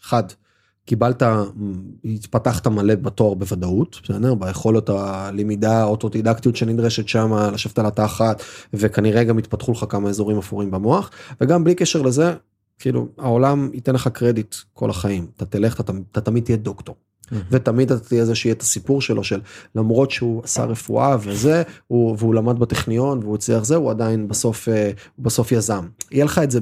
התפתחת מלא בתואר בוודאות, בסדר? ביכולת הלמידה, האוטודידקטיות שנדרשת שם, לשבת על התחת, וכנראה גם התפתחו לך כמה אזורים אפורים במוח, וגם בלי קשר לזה, כאילו, העולם ייתן לך קרדיט כל החיים, אתה תלך, אתה תמיד תהיה דוקטור, ותמיד אתה תהיה זה שיהיה את הסיפור שלו, של למרות שהוא עשה רפואה וזה, והוא למד בטכניון, והוא הצליח זה, הוא עדיין בסוף יזם. יהיה לך את זה,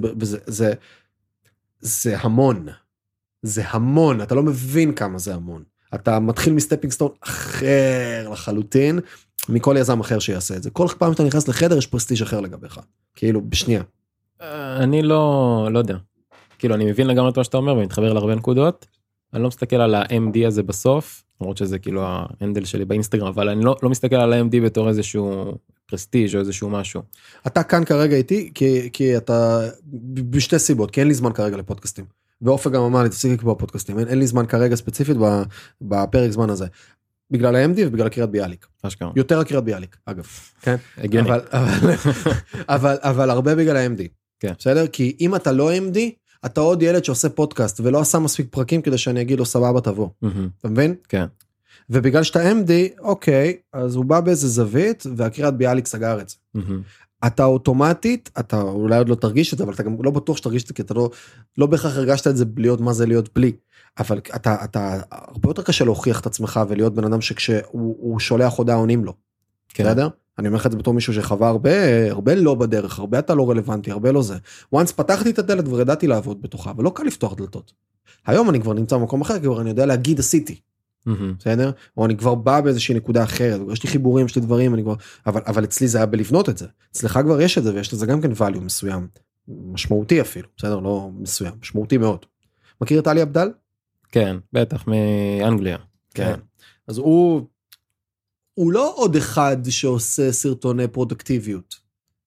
זה המון. זה המון, אתה לא מבין כמה זה המון. אתה מתחיל מסטפינג סטון אחר לחלוטין, מכל יזם אחר שיעשה את זה. כל פעם שאתה נכנס לחדר יש פרסטיג' אחר לגביך, כאילו בשנייה. אני לא יודע, כאילו אני מבין לגמרי את מה שאתה אומר ומתחבר להרבה נקודות, אני לא מסתכל על ה-MD הזה בסוף, למרות שזה כאילו ההנדל שלי באינסטגרם, אבל אני לא מסתכל על ה-MD בתור איזשהו פרסטיג' או איזשהו משהו. אתה כאן כרגע איתי, כי אתה, בשתי סיבות, כי אין לי זמן כרגע לפודקאסטים. ואופק גם אמר לי, תפסיק לקבוע פודקאסטים, אין לי זמן כרגע ספציפית בפרק זמן הזה. בגלל ה-MD ובגלל הקריאת ביאליק. יותר הקריאת ביאליק, אגב. כן? הגיוני. אבל הרבה בגלל ה-MD. בסדר? כי אם אתה לא MD, אתה עוד ילד שעושה פודקאסט, ולא עשה מספיק פרקים כדי שאני אגיד לו סבבה תבוא. אתה מבין? כן. ובגלל שאתה MD, אוקיי, אז הוא בא באיזה זווית, והקריאת ביאליק סגר את זה. אתה אוטומטית, אתה אולי עוד לא תרגיש את זה, אבל אתה גם לא בטוח שתרגיש את זה, כי אתה לא בהכרח הרגשת את זה בלי עוד מה זה להיות בלי. אבל אתה הרבה יותר קשה להוכיח את עצמך, ולהיות בן אדם שכשהוא שולח הודעה עונים לו. בסדר? אני אומר לך את זה בתור מישהו שחווה הרבה לא בדרך, הרבה אתה לא רלוונטי, הרבה לא זה. once פתחתי את הדלת ורדעתי לעבוד בתוכה, ולא קל לפתוח דלתות. היום אני כבר נמצא במקום אחר, כי אני יודע להגיד עשיתי. בסדר? או אני כבר בא באיזושהי נקודה אחרת, יש לי חיבורים, יש לי דברים, אבל אצלי זה היה בלבנות את זה. אצלך כבר יש את זה, ויש לזה גם כן value מסוים, משמעותי אפילו, בסדר? לא מסוים, משמעותי מאוד. מכיר את עלי אבדל? כן, בטח, מאנגליה. כן. אז הוא לא עוד אחד שעושה סרטוני פרודקטיביות.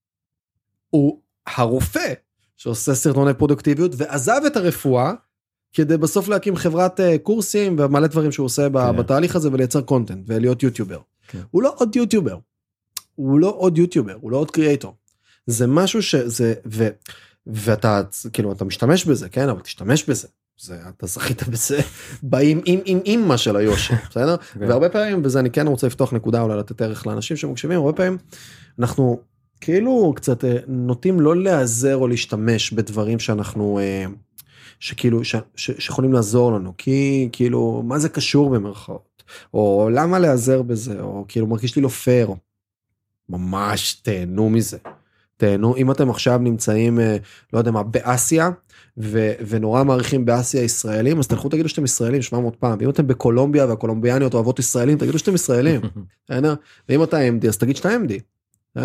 הוא הרופא שעושה סרטוני פרודקטיביות, ועזב את הרפואה, כדי בסוף להקים חברת קורסים, ומלא דברים שהוא עושה בתהליך הזה, ולייצר קונטנט, ולהיות יוטיובר. הוא לא עוד יוטיובר. הוא לא עוד יוטיובר, הוא לא עוד קריאייטור. זה משהו שזה, ואתה, כאילו, אתה משתמש בזה, כן? אבל תשתמש בזה. אתה זכית בזה, באים עם אמא של היושר, בסדר? והרבה פעמים, וזה אני כן רוצה לפתוח נקודה, אולי לתת ערך לאנשים שמקשיבים, הרבה פעמים אנחנו כאילו קצת נוטים לא להיעזר או להשתמש בדברים שאנחנו, שכאילו, שיכולים לעזור לנו, כי כאילו, מה זה קשור במרכאות? או למה להיעזר בזה? או כאילו, מרגיש לי לא פייר. ממש תהנו מזה. תהנו, אם אתם עכשיו נמצאים, לא יודע מה, באסיה, ונורא מעריכים באסיה ישראלים, אז תלכו תגידו שאתם ישראלים 700 פעם, ואם אתם בקולומביה והקולומביאניות אוהבות ישראלים, תגידו שאתם ישראלים, ואם אתה MD, אז תגיד שאתה MD,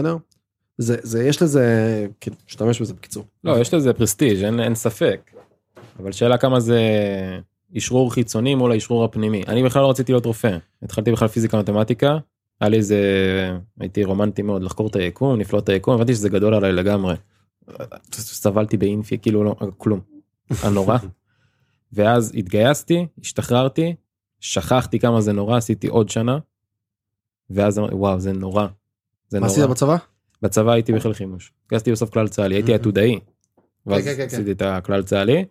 יש לזה, שתמש בזה בקיצור. לא, יש לזה פרסטיג', אין ספק, אבל שאלה כמה זה אישרור חיצוני מול האישרור הפנימי. אני בכלל לא רציתי להיות רופא, התחלתי בכלל פיזיקה מתמטיקה, היה לי איזה, הייתי רומנטי מאוד לחקור את היקום, נפלוט את היקום, הבנתי שזה גדול עליי לגמרי. סבלתי באינפי, כאילו לא, כלום, הנורא. ואז התגייסתי, השתחררתי, שכחתי כמה זה נורא, עשיתי עוד שנה, ואז וואו, זה נורא. מה עשית בצבא? בצבא הייתי בחיל חימוש. גייסתי בסוף כלל צה"לי, הייתי עתודאי. ואז עשיתי את הכלל צה"לי,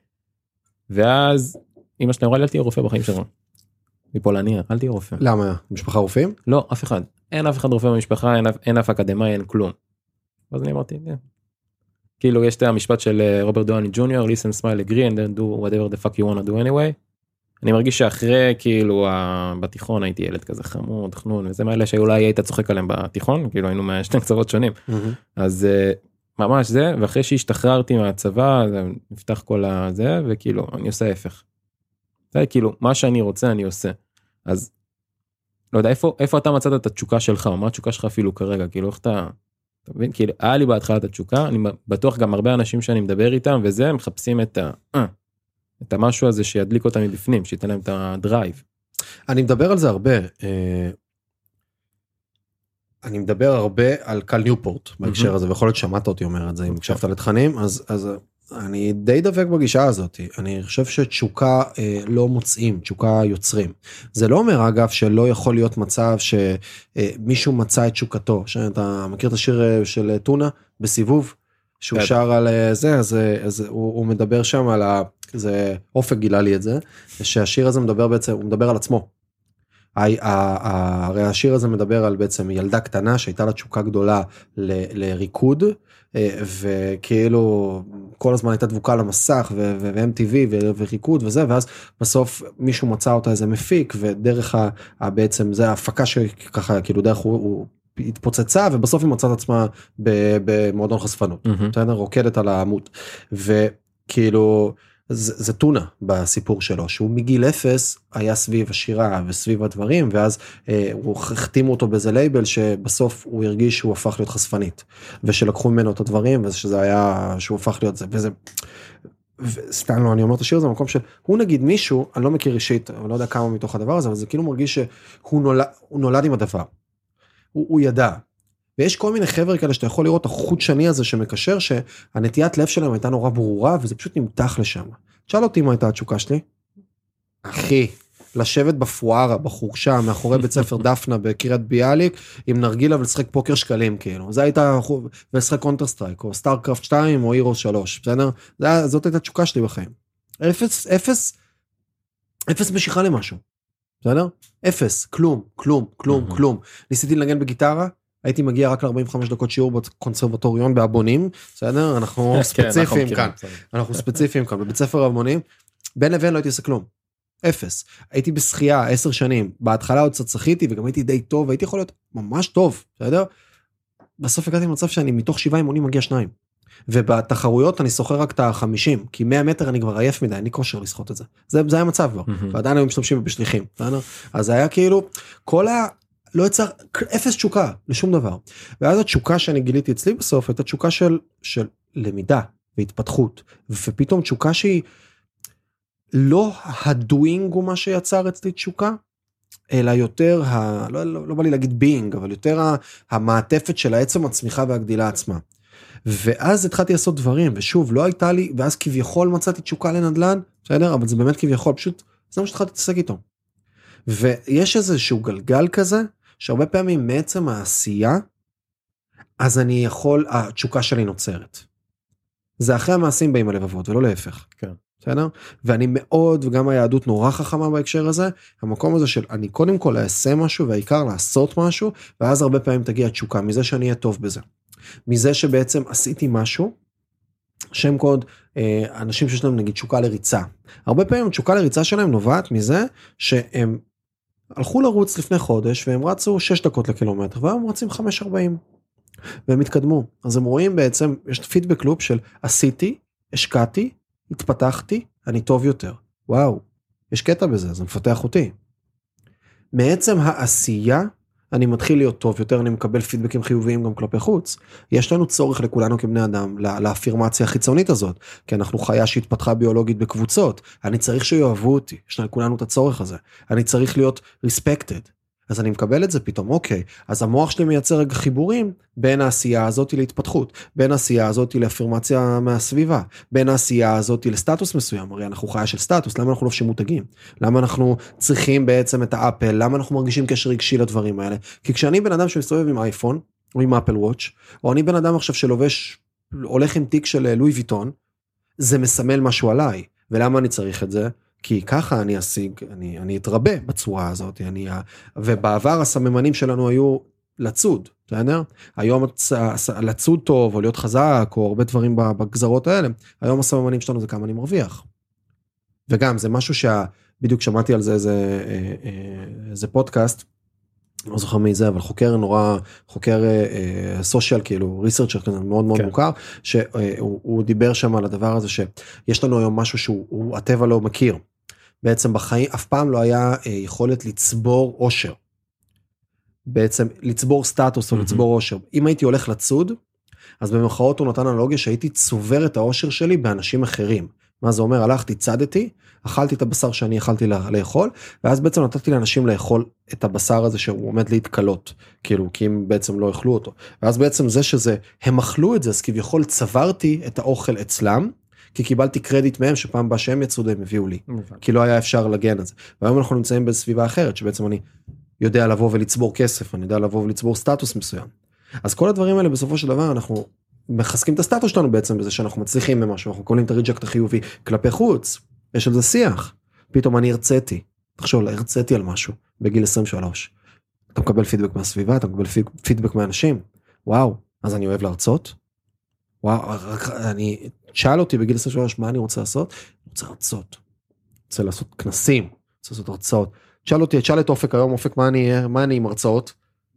ואז אמא שלי אמרה לי, אל תהיה רופא בחיים שלנו. מפולניה, אל תהיה רופא. למה? משפחה רופאים? לא, אף אחד. אין אף אחד רופא במשפחה, אין אף אקדמאי, אין כלום. אז אני אמרתי, כאילו יש את המשפט של רוברט דואני ג'וניור, listen, smile, agree, and then do whatever the fuck you want to do anyway. אני מרגיש שאחרי, כאילו, בתיכון הייתי ילד כזה חמוד, חנון, וזה מאלה שאולי היית צוחק עליהם בתיכון, כאילו היינו מהשני קצוות שונים. אז ממש זה, ואחרי שהשתחררתי מהצבא, נפתח כל הזה, וכאילו, אני עושה ההפך. זה כאילו, מה שאני רוצה, אני עושה. אז, לא יודע, איפה אתה מצאת את התשוקה שלך, או מה התשוקה שלך אפילו כרגע, כאילו, איך אתה מבין? כאילו, היה לי בהתחלה את התשוקה, אני בטוח גם הרבה אנשים שאני מדבר איתם, וזה, מחפשים את המשהו הזה שידליק אותם מבפנים, שייתן להם את הדרייב. אני מדבר על זה הרבה. אני מדבר הרבה על קל ניופורט, בהקשר הזה, ויכול להיות שמעת אותי אומר את זה, אם הקשבת לתכנים, אז אני די דבק בגישה הזאת. אני חושב שתשוקה לא מוצאים, תשוקה יוצרים. זה לא אומר, אגב, שלא יכול להיות מצב שמישהו מצא את תשוקתו. אתה מכיר את השיר של טונה בסיבוב? שהוא שר על זה, אז הוא מדבר שם על זה, אופק גילה לי את זה, שהשיר הזה מדבר בעצם, הוא מדבר על עצמו. הרי השיר הזה מדבר על בעצם ילדה קטנה שהייתה לה תשוקה גדולה לריקוד, וכאילו כל הזמן הייתה דבוקה למסך ו-MTV וריקוד וזה, ואז בסוף מישהו מצא אותה איזה מפיק, ודרך בעצם זה ההפקה שככה כאילו דרך הוא התפוצצה, ובסוף היא מצאת עצמה במועדון חשפנות, רוקדת על העמוד, וכאילו זה טונה בסיפור שלו, שהוא מגיל 0 היה סביב השירה וסביב הדברים, ואז הוא החתימו אותו באיזה לייבל שבסוף הוא הרגיש שהוא הפך להיות חשפנית, ושלקחו ממנו את הדברים, ושזה היה, שהוא הפך להיות זה, וזה, סתם לא, אני אומר את השיר הזה, במקום של, הוא נגיד מישהו, אני לא מכיר אישית, אני לא יודע כמה מתוך הדבר הזה, אבל זה כאילו מרגיש שהוא נולד עם הדבר, הוא ידע, ויש כל מיני חבר'ה כאלה שאתה יכול לראות החוט שני הזה שמקשר, שהנטיית לב שלהם הייתה נורא ברורה, וזה פשוט נמתח לשם. תשאל אותי מה הייתה התשוקה שלי? אחי, לשבת בפוארה, בחורשה, מאחורי בית ספר דפנה בקריית ביאליק, עם נרגילה ולשחק פוקר שקלים, כאילו. זה הייתה, ולשחק קונטר סטרייק, או סטארקראפט 2, או הירוס 3, בסדר? זאת הייתה התשוקה שלי בחיים. אפס משיכה למשהו, בסדר? אפס, כלום. ניסיתי לנגן בגיטרה, הייתי מגיע רק ל-45 דקות שיעור בקונסרבטוריון באבונים, בסדר? אנחנו ספציפיים כאן. אנחנו ספציפיים כאן, בבית ספר אבונים, בין לבין לא הייתי עושה כלום. אפס. הייתי בשחייה 10 שנים, בהתחלה עוד קצת שחיתי, וגם הייתי די טוב, והייתי יכול להיות ממש טוב, בסדר? בסוף הגעתי למצב שאני מתוך 7 אימונים מגיע 2. ובתחרויות אני שוחר רק את ה-50, כי 100 מטר אני כבר עייף מדי, אין לי כושר לשחות את זה. זה היה מצב כבר, ועדיין היו משתמשים בשליחים, בסדר? אז היה כאילו, לא יצר, אפס תשוקה לשום דבר. ואז התשוקה שאני גיליתי אצלי בסוף, הייתה תשוקה של למידה והתפתחות, ופתאום תשוקה שהיא לא הדוינג הוא מה שיצר אצלי תשוקה, אלא יותר, לא בא לי להגיד ביינג, אבל יותר המעטפת של העצם הצמיחה והגדילה עצמה. ואז התחלתי לעשות דברים, ושוב, לא הייתה לי, ואז כביכול מצאתי תשוקה לנדל"ן, בסדר? אבל זה באמת כביכול, פשוט, זה מה שהתחלתי להתעסק איתו. ויש איזשהו גלגל כזה, שהרבה פעמים מעצם העשייה, אז אני יכול, התשוקה שלי נוצרת. זה אחרי המעשים באים הלבבות, ולא להפך. כן. בסדר? ואני מאוד, וגם היהדות נורא חכמה בהקשר הזה, המקום הזה של אני קודם כל אעשה משהו, והעיקר לעשות משהו, ואז הרבה פעמים תגיע תשוקה, מזה שאני אהיה טוב בזה. מזה שבעצם עשיתי משהו, שם קוד, אנשים שיש להם נגיד תשוקה לריצה. הרבה פעמים תשוקה לריצה שלהם נובעת מזה, שהם הלכו לרוץ לפני חודש, והם רצו 6 דקות לקילומטר, והם רצים 5.40, והם התקדמו. אז הם רואים בעצם, יש פידבק לופ של עשיתי, השקעתי, התפתחתי, אני טוב יותר. וואו, יש קטע בזה, זה מפתח אותי. מעצם העשייה, אני מתחיל להיות טוב יותר, אני מקבל פידבקים חיוביים גם כלפי חוץ. יש לנו צורך לכולנו כבני אדם, לאפירמציה החיצונית הזאת, כי אנחנו חיה שהתפתחה ביולוגית בקבוצות, אני צריך שיאהבו אותי, יש לכולנו את הצורך הזה, אני צריך להיות respected, אז אני מקבל את זה פתאום, אוקיי, אז המוח שלי מייצר רגע חיבורים, בין העשייה הזאת להתפתחות, בין העשייה הזאת לאפירמציה מהסביבה, בין העשייה הזאת לסטטוס מסוים, הרי אנחנו חיה של סטטוס, למה אנחנו לובשים מותגים? למה אנחנו צריכים בעצם את האפל? למה אנחנו מרגישים קשר רגשי לדברים האלה? כי כשאני בן אדם שמסתובב עם אייפון, או עם אפל וואץ', או אני בן אדם עכשיו שלובש, הולך עם תיק של לואי ויטון, זה מסמל משהו עליי, ולמה אני צריך את זה? כי ככה אני אשיג, אני אתרבה בצורה הזאת, ובעבר הסממנים שלנו היו לצוד, בסדר? היום לצוד טוב, או להיות חזק, או הרבה דברים בגזרות האלה, היום הסממנים שלנו זה כמה אני מרוויח. וגם זה משהו שבדיוק שמעתי על זה איזה פודקאסט, לא זוכר מי זה, אבל חוקר סושיאל, כאילו ריסרצ'ר כזה מאוד מאוד מוכר, שהוא דיבר שם על הדבר הזה, שיש לנו היום משהו שהוא הטבע לא מכיר. בעצם בחיים אף פעם לא היה יכולת לצבור עושר. בעצם לצבור סטטוס או לצבור עושר. אם הייתי הולך לצוד, אז במחאות הוא נתן אנלוגיה שהייתי צובר את העושר שלי באנשים אחרים. מה זה אומר? הלכתי, צדתי, אכלתי את הבשר שאני יכלתי לאכול, ואז בעצם נתתי לאנשים לאכול את הבשר הזה שהוא עומד להתקלות, כאילו, כי הם בעצם לא אכלו אותו. ואז בעצם זה שזה, הם אכלו את זה, אז כביכול צברתי את האוכל אצלם, כי קיבלתי קרדיט מהם שפעם בה שהם יצאו הם הביאו לי, כי לא היה אפשר לגן את זה. והיום אנחנו נמצאים בסביבה אחרת, שבעצם אני יודע לבוא ולצבור כסף, אני יודע לבוא ולצבור סטטוס מסוים. אז כל הדברים האלה בסופו של דבר אנחנו מחזקים את הסטטוס שלנו בעצם בזה שאנחנו מצליחים במשהו, אנחנו קוראים את הריג'קט החיובי כלפי חוץ, יש על זה שיח, פתאום אני הרציתי, תחשוב, הרציתי על משהו בגיל 23, אתה מקבל פידבק מהסביבה, אתה מקבל פידבק מהאנשים, וואו, אז אני אוהב להרצות, וואו, שאל אותי בגיל 23 מה אני רוצה לעשות, אני רוצה להרצות, רוצה לעשות כנסים, רוצה לעשות הרצאות, שאל את אופק היום, אופק מה אני עם הרצאות,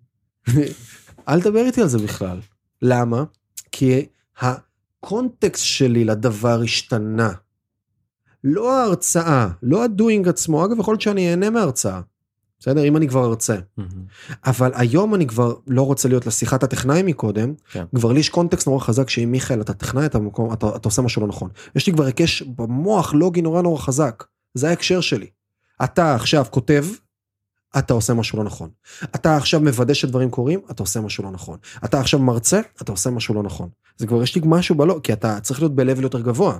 אל תדבר איתי על זה בכלל, למה? כי הקונטקסט שלי לדבר השתנה, לא ההרצאה, לא הדוינג עצמו, אגב, יכול להיות שאני אהנה מההרצאה, בסדר? אם אני כבר ארצה. אבל היום אני כבר לא רוצה להיות לשיחת הטכנאי מקודם, כבר לי יש קונטקסט נורא חזק, שאם מיכאל, אתה טכנאי, אתה עושה משהו לא נכון. יש לי כבר הקש במוח לוגי נורא חזק. זה ההקשר שלי. אתה עכשיו כותב, אתה עושה משהו לא נכון. אתה עכשיו מוודא שדברים קורים, אתה עושה משהו לא נכון. אתה עכשיו מרצה, אתה עושה משהו לא נכון. זה כבר יש לי משהו בלא, כי אתה צריך להיות בלבל יותר גבוה.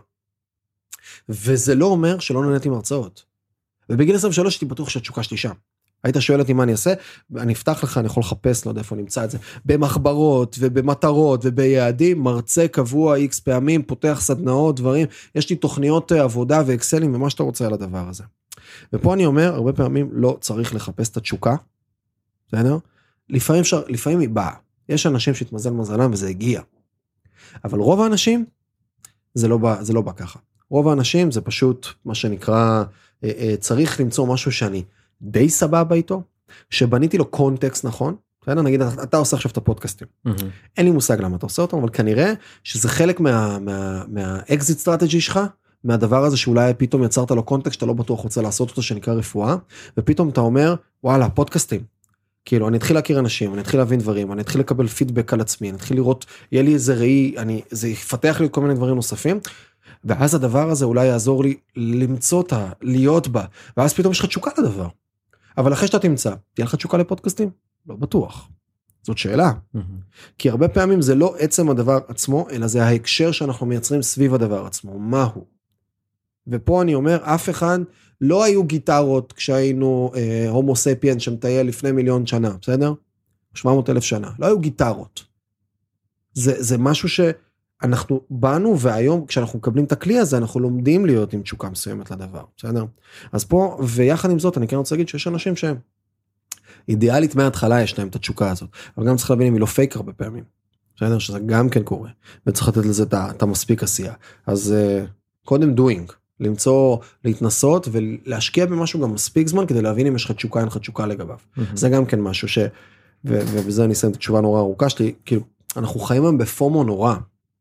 וזה לא אומר שלא נהניתי מהרצאות. ובגיל 23 הייתי בטוח שהתשוקה שלי שם. היית שואל אותי מה אני אעשה, אני אפתח לך, אני יכול לחפש, לא יודע איפה נמצא את זה, במחברות ובמטרות וביעדים, מרצה קבוע X פעמים, פותח סדנאות, דברים, יש לי תוכניות עבודה ואקסלים ומה שאתה רוצה על הדבר הזה. ופה אני אומר, הרבה פעמים לא צריך לחפש את התשוקה, בסדר? לפעמים היא באה, יש אנשים שהתמזל מזלם וזה הגיע, אבל רוב האנשים, זה לא בא ככה. רוב האנשים זה פשוט מה שנקרא, צריך למצוא משהו שאני די סבבה איתו, שבניתי לו קונטקסט נכון, נגיד אתה עושה עכשיו את הפודקאסטים, אין לי מושג למה אתה עושה אותם, אבל כנראה שזה חלק מהאקזיט סטרטג'י שלך, מהדבר הזה שאולי פתאום יצרת לו קונטקסט, שאתה לא בטוח רוצה לעשות אותו שנקרא רפואה, ופתאום אתה אומר, וואלה, פודקאסטים, כאילו אני אתחיל להכיר אנשים, אני אתחיל להבין דברים, אני אתחיל לקבל פידבק על עצמי, אני אתחיל לראות, יהיה לי איזה ראי, זה יפתח לי כל מיני דברים נוספים, ואז הדבר הזה אולי יעזור לי למצוא אותה, להיות בה, ואז פתאום יש לך תשוקה לדבר. אבל אחרי שאתה תמצא, תהיה לך תשוקה לפודקאסטים? לא בטוח. זאת שאלה. כי הרבה פעמים זה לא עצם הדבר עצמו, אלא זה ההקשר שאנחנו מייצרים סביב הדבר עצמו. מהו? ופה אני אומר, אף אחד, לא היו גיטרות כשהיינו הומו ספיאן שמטייל לפני 1,000,000 שנה, בסדר? 700,000 שנה. לא היו גיטרות. זה משהו שאנחנו באנו, והיום כשאנחנו מקבלים את הכלי הזה, אנחנו לומדים להיות עם תשוקה מסוימת לדבר, בסדר? אז פה, ויחד עם זאת, אני כן רוצה להגיד שיש אנשים שהם, אידיאלית מההתחלה יש להם את התשוקה הזאת, אבל גם צריך להבין אם היא לא פייק הרבה פעמים, בסדר? שזה גם כן קורה, וצריך לתת לזה את המספיק עשייה. אז קודם doing, למצוא, להתנסות, ולהשקיע במשהו גם מספיק זמן, כדי להבין אם יש לך תשוקה, אין לך תשוקה לגביו. זה גם כן משהו ובזה אני אסיים את התשובה נורא ארוכה שלי, כאילו, אנחנו חיים היום בפומו נורא.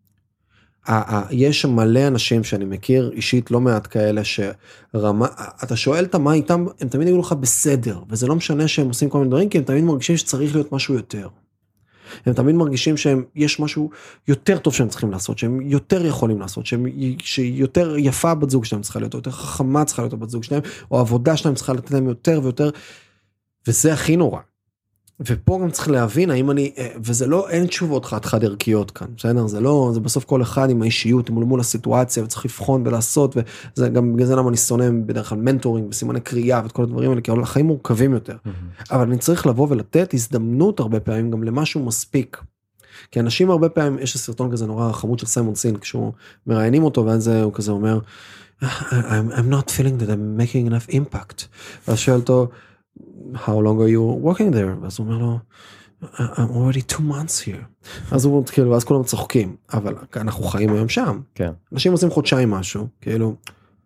יש מלא אנשים שאני מכיר, אישית לא מעט כאלה, אתה שואל את מה איתם, הם תמיד יגידו לך בסדר, וזה לא משנה שהם עושים כל מיני דברים, כי הם תמיד מרגישים שצריך להיות משהו יותר. הם תמיד מרגישים שיש משהו יותר טוב שהם צריכים לעשות, שהם יותר יכולים לעשות, שיותר יפה בת זוג שלהם צריכה להיות, יותר חכמה צריכה להיות בת זוג שלהם, או עבודה שלהם צריכה לתת להם יותר ויותר, וזה הכי נורא. ופה גם צריך להבין, האם וזה לא, אין תשובות חד ערכיות כאן, בסדר? זה לא, זה בסוף כל אחד עם האישיות, מול הסיטואציה, וצריך לבחון ולעשות, וזה גם בגלל זה למה אני שונא בדרך כלל מנטורינג, וסימני קריאה, ואת כל הדברים האלה, כי החיים מורכבים יותר. אבל אני צריך לבוא ולתת הזדמנות הרבה פעמים, גם למשהו מספיק. כי אנשים הרבה פעמים, יש סרטון כזה נורא חמוד של סיימון סינק, כשהוא מראיינים אותו, ואז הוא כזה אומר, I'm not feeling that I'm making enough impact. ואז שואל אותו, how long are you working there? ואז הוא אומר לו, I'm already 2 months here. אז הוא כאילו, ואז כולם צוחקים, אבל אנחנו חיים היום שם. כן. אנשים עושים חודשיים משהו, כאילו,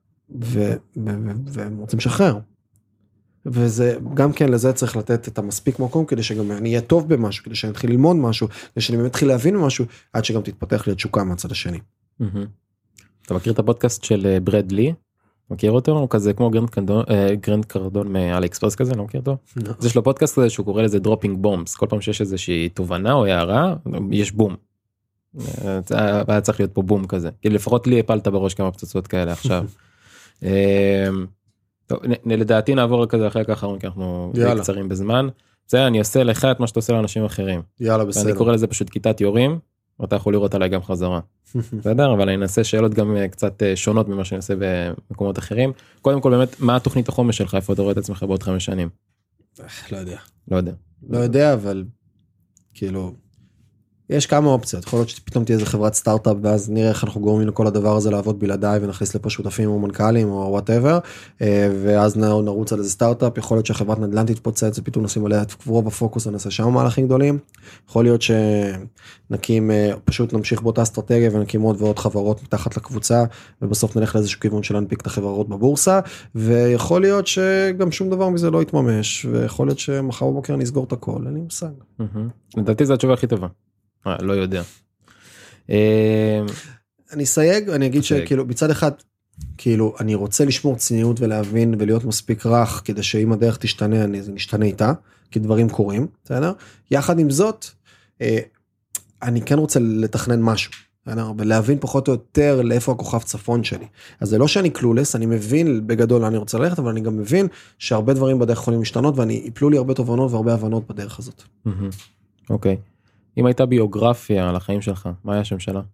והם רוצים לשחרר. וזה, גם כן לזה צריך לתת את המספיק מקום, כדי שגם אני אהיה טוב במשהו, כדי שאני אתחיל ללמוד משהו, כדי שאני באמת אתחיל להבין משהו, עד שגם תתפתח לי התשוקה מהצד השני. אתה מכיר את הפודקאסט של ברד לי? מכיר אותו? הוא כזה כמו גרנד קרדון מאליקספרס כזה, לא מכיר אותו? אז יש לו פודקאסט כזה שהוא קורא לזה דרופינג בומס, כל פעם שיש איזושהי תובנה או הערה, יש בום. היה צריך להיות פה בום כזה, כי לפחות לי הפלת בראש כמה פצצות כאלה עכשיו. לדעתי נעבור לכזה אחרי ככה, כי אנחנו קצרים בזמן. זה אני עושה לך את מה שאתה עושה לאנשים אחרים. יאללה, בסדר. ואני קורא לזה פשוט כיתת יורים, ואתה יכול לראות עליי גם חזרה. בסדר? אבל אני אנסה שאלות גם קצת שונות ממה שאני אעשה במקומות אחרים. קודם כל באמת, מה התוכנית החומש שלך? איפה אתה רואה את עצמך בעוד 5 שנים? לא יודע, אבל כאילו, יש כמה אופציות. יכול להיות שפתאום תהיה איזה חברת סטארט-אפ, ואז נראה איך אנחנו גורמים לכל הדבר הזה לעבוד בלעדיי, ונכניס לפה שותפים או מנכ"לים או whatever, ואז נרוץ על איזה סטארט-אפ. יכול להיות שהחברת נדל"ן תתפוצץ, ופתאום נשים עליה תקברו בפוקוס, ונעשה שם מהלכים גדולים. יכול להיות שנקים, פשוט נמשיך באותה אסטרטגיה, ונקים עוד ועוד חברות מתחת לקבוצה, ובסוף נלך לאיזשהו כיוון של להנפיק את החברות בבורסה, ויכול להיות שגם שום דבר מזה לא יתממש, ויכול להיות שמחר בבוקר נסגור את הכל. אין לי מושג. לדעתי זו התשובה הכי טובה. לא יודע. אני אסייג, אני אגיד שכאילו, בצד אחד, כאילו, אני רוצה לשמור צניעות ולהבין ולהיות מספיק רך, כדי שאם הדרך תשתנה, אני נשתנה איתה, כי דברים קורים, בסדר? יחד עם זאת, אני כן רוצה לתכנן משהו, ולהבין פחות או יותר לאיפה הכוכב צפון שלי. אז זה לא שאני קלולס, אני מבין בגדול לאן אני רוצה ללכת, אבל אני גם מבין שהרבה דברים בדרך יכולים להשתנות, ואני יפלו לי הרבה תובנות והרבה הבנות בדרך הזאת. אוקיי. אם הייתה ביוגרפיה על החיים שלך, מה היה השם שלה?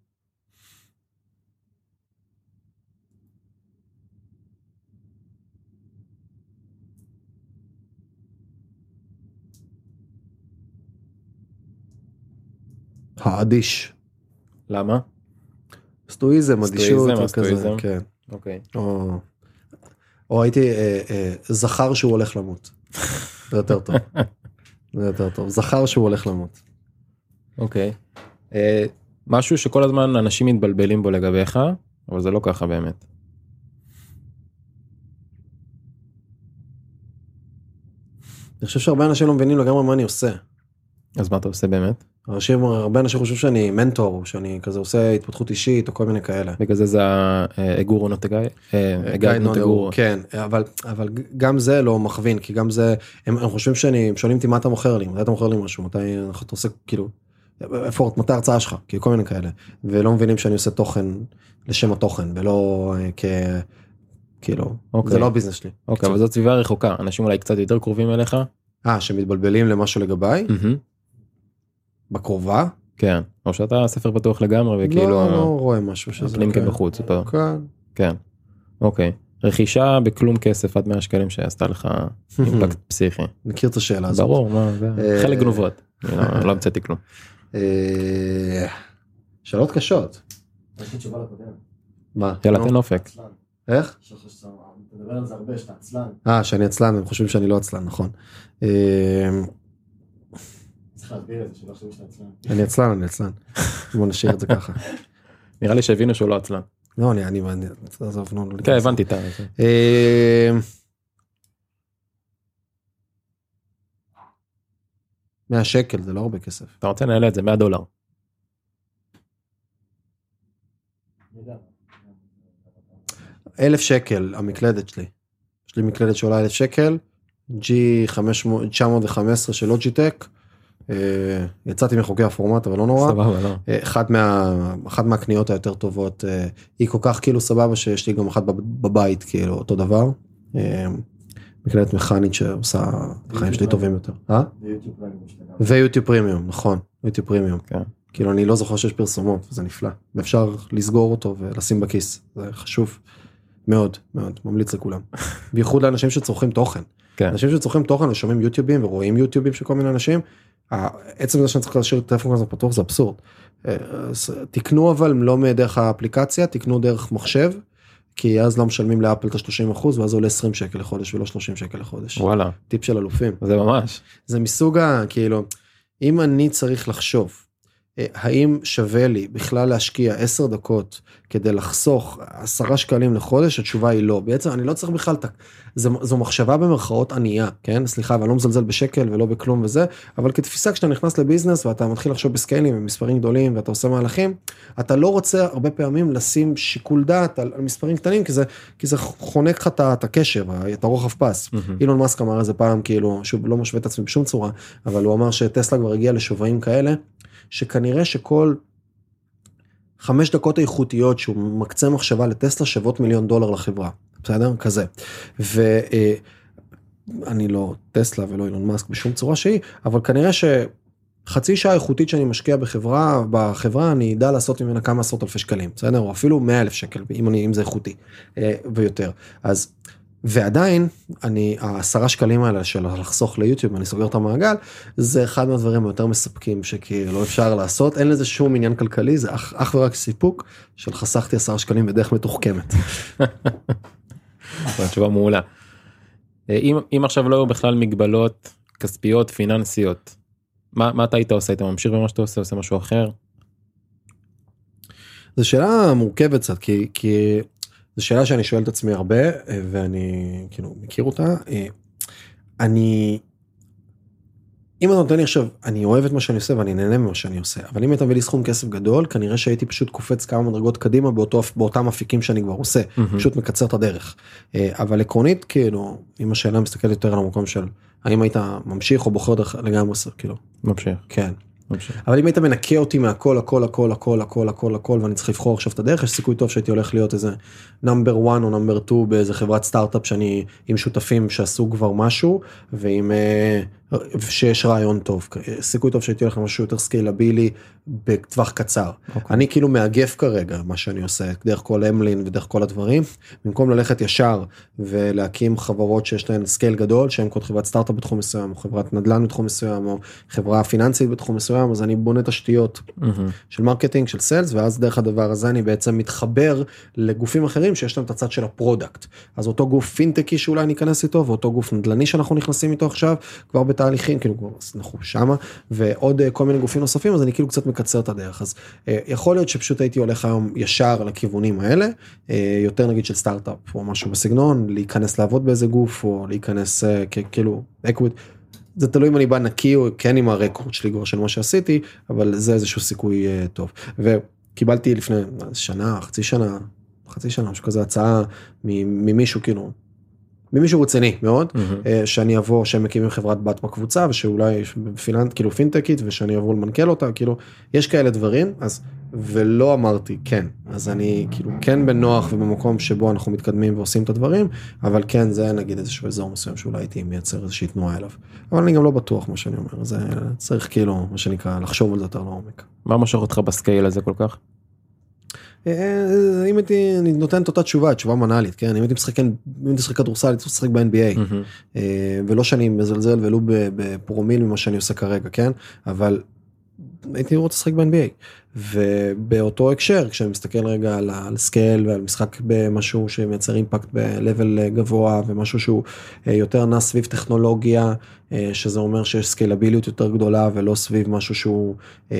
האדיש. למה? סטואיזם, אדישות, סטואיזם, כן. אוקיי. או הייתי זכר שהוא הולך למות. זה יותר טוב. זה יותר טוב. זכר שהוא הולך למות. אוקיי. משהו שכל הזמן אנשים מתבלבלים בו לגביך, אבל זה לא ככה באמת. אני חושב שהרבה אנשים לא מבינים לגמרי מה אני עושה. אז מה אתה עושה באמת? הרבה אנשים חושבים שאני מנטור, שאני כזה עושה התפתחות אישית או כל מיני כאלה. בגלל זה אגורו נוטגאי? כן, אבל גם זה לא מכווין, כי גם זה, הם חושבים הם שואלים אותי מה אתה מוכר לי, מתי אתה מוכר לי משהו, מתי אתה עושה כאילו, מתי ההרצאה שלך, כאילו כל מיני כאלה, ולא מבינים שאני עושה תוכן לשם התוכן, ולא כאילו, זה לא הביזנס שלי. אוקיי, אבל זאת סביבה רחוקה, אנשים אולי קצת יותר קרובים אליך? שמתבלבלים למשהו לגביי? בקרובה? כן, או שאתה ספר פתוח לגמרי וכאילו... לא רואה משהו שזה... הפלינקה בחוץ. כן. כן, אוקיי. רכישה בכלום כסף עד 100 שקלים שעשתה לך אימפקט פסיכי. מכיר את השאלה הזאת. ברור, חלק גנובות. לא המצאתי כלום. שאלות קשות. מה? יאללה, תן אופק. איך? אתה מדבר על זה הרבה, שאתה עצלן. שאני עצלן, הם חושבים שאני לא עצלן, נכון. צריך להסביר את זה, שלא חושבים שאתה עצלן. אני עצלן. בוא נשאיר את זה ככה. נראה לי שהבינו שהוא לא עצלן. לא, אני כן, הבנתי את זה. 100 שקל, זה לא הרבה כסף. אתה רוצה לנהל את זה, $100. 1,000 שקל, המקלדת שלי. יש לי מקלדת שעולה 1,000 שקל, G915 של לוג'יטק, יצאתי מחוקי הפורמט, אבל לא נורא. סבבה, לא. אחת מהקניות היותר טובות, היא כל כך כאילו סבבה, שיש לי גם אחת בבית, כאילו, אותו דבר. מקלדת מכנית שעושה חיים שלי טובים יותר. ויוטיוב פרימיום, נכון, יוטיוב פרימיום. כאילו, אני לא זוכר שיש פרסומות, וזה נפלא. ואפשר לסגור אותו ולשים בכיס, זה חשוב. מאוד, מאוד, ממליץ לכולם. בייחוד לאנשים שצורכים תוכן. אנשים שצורכים תוכן ושומעים יוטיובים ורואים יוטיובים של כל מיני אנשים, עצם זה שאני צריך להשאיר את הטלפון כזה פתוח זה אבסורד. תקנו אבל לא מדרך האפליקציה, תקנו דרך מחשב, כי אז לא משלמים לאפל את ה-30%, ואז זה עולה 20 שקל לחודש ולא 30 שקל לחודש. וואלה. טיפ של אלופים. זה ממש. זה מסוג כאילו, אם אני צריך לחשוב, האם שווה לי בכלל להשקיע 10 דקות כדי לחסוך 10 שקלים לחודש? התשובה היא לא. בעצם אני לא צריך בכלל, זו מחשבה במרכאות ענייה, כן? סליחה, ואני לא מזלזל בשקל ולא בכלום וזה, אבל כתפיסה כשאתה נכנס לביזנס ואתה מתחיל לחשוב בסקיילים ומספרים גדולים ואתה עושה מהלכים, אתה לא רוצה הרבה פעמים לשים שיקול דעת על מספרים קטנים, כי זה חונק לך את הקשר, את הרוחב פס. אילון מאסק אמר איזה פעם, כאילו, שוב לא משווה את עצמי בשום צורה, אבל הוא אמר שטסלה כבר הגיע לשווים כאלה, שכנראה שכל 5 דקות איכותיות שהוא מקצה מחשבה לטסלה שוות $1,000,000 לחברה, בסדר? כזה. ואני לא טסלה ולא אילון מאסק בשום צורה שהיא, אבל כנראה שחצי שעה איכותית שאני משקיע בחברה אני אדע לעשות ממנה כמה עשרות אלפי שקלים, בסדר? או אפילו 100,000 שקל, אם זה איכותי ויותר. אז ועדיין, 10 שקלים האלה של לחסוך ליוטיוב, אני סוגר את המעגל, זה אחד מהדברים היותר מספקים שכאילו אפשר לעשות, אין לזה שום עניין כלכלי, זה אך ורק סיפוק של חסכתי 10 שקלים בדרך מתוחכמת. תשובה מעולה. אם עכשיו לא היו בכלל מגבלות כספיות, פיננסיות, מה אתה היית עושה? אתה ממשיך במה שאתה עושה משהו אחר? זו שאלה מורכבת קצת, כי זו שאלה שאני שואל את עצמי הרבה, ואני כאילו מכיר אותה. אם אתה נותן לי עכשיו, אני אוהב את מה שאני עושה ואני נהנה ממה שאני עושה, אבל אם אתה מביא לי סכום כסף גדול, כנראה שהייתי פשוט קופץ כמה מדרגות קדימה באותם אפיקים שאני כבר עושה, פשוט מקצר את הדרך. אבל עקרונית, כאילו, אם השאלה מסתכלת יותר על המקום של, האם היית ממשיך או בוחר לגמרי, כאילו. ממשיך. כן. אבל אם היית מנקה אותי מהכל, הכל, ואני צריך לבחור עכשיו את הדרך, יש סיכוי טוב שהייתי הולך להיות איזה נאמבר 1 או נאמבר 2 באיזה חברת סטארט-אפ שאני עם שותפים שעשו כבר משהו, שיש רעיון טוב. סיכוי טוב שהייתי הולך למשהו יותר סקיילבילי בטווח קצר. אני כאילו מאגף כרגע מה שאני עושה, דרך כל אמלין ודרך כל הדברים, במקום ללכת ישר ולהקים חברות שיש להן סקייל גדול, שהן כל חברת סטארט-אפ בתחום מסוים, או חברת נדל"ן בתחום מסוים, או חברה פיננסית בתחום מסוים, אז אני בונה תשתיות של מרקטינג, של סיילס, ואז דרך הדבר הזה אני בעצם מתחבר לגופים אחרים שיש להם את הצד של הפרודקט. אז אותו גוף פינטקי שאולי ניכנס איתו, ואותו גוף נדל"ני שאנחנו נכנסים איתו עכשיו, כבר בתהליכים, כאילו אנחנו שמה, ועוד כל מיני גופים נוספים, אז אני כאילו קצת מקצר את הדרך. אז יכול להיות שפשוט הייתי הולך היום ישר לכיוונים האלה, יותר נגיד של סטארט-אפ, או משהו בסגנון, להיכנס לעבוד באיזה גוף, או להיכנס כאילו, זה תלוי אם אני בא נקי, או כן עם הרקורד שלי כבר של מה שעשיתי, אבל זה איזשהו סיכוי טוב. וקיבלתי לפני שנה, חצי שנה, משהו כזה, הצעה ממישהו כאילו, ממישהו רציני מאוד, שאני אבוא, שהם מקימים חברת בת בקבוצה, ושאולי כאילו פינטקית, ושאני אבוא למנכ"ל אותה, כאילו, יש כאלה דברים, אז, ולא אמרתי, כן, אז אני כאילו, כן בנוח ובמקום שבו אנחנו מתקדמים ועושים את הדברים, אבל כן, זה נגיד איזשהו אזור מסוים, שאולי הייתי מייצר איזושהי תנועה אליו, אבל אני גם לא בטוח מה שאני אומר, זה צריך כאילו, מה שנקרא, לחשוב על זה יותר לעומק. מה משך אותך בסקייל הזה כל כך? אם הייתי נותן את אותה תשובה מנהלית, כן, אם הייתי משחק כדורסל, הייתי משחק ב-NBA, ולא שאני מזלזל ולא בפרומיל ממה שאני עושה כרגע, כן, אבל הייתי רוצה לשחק ב-NBA, ובאותו הקשר, כשאני מסתכל רגע על סקייל ועל משחק במשהו שמייצר אימפקט ב-level גבוה, ומשהו שהוא יותר נע סביב טכנולוגיה, שזה אומר שיש סקיילביליות יותר גדולה, ולא סביב משהו שהוא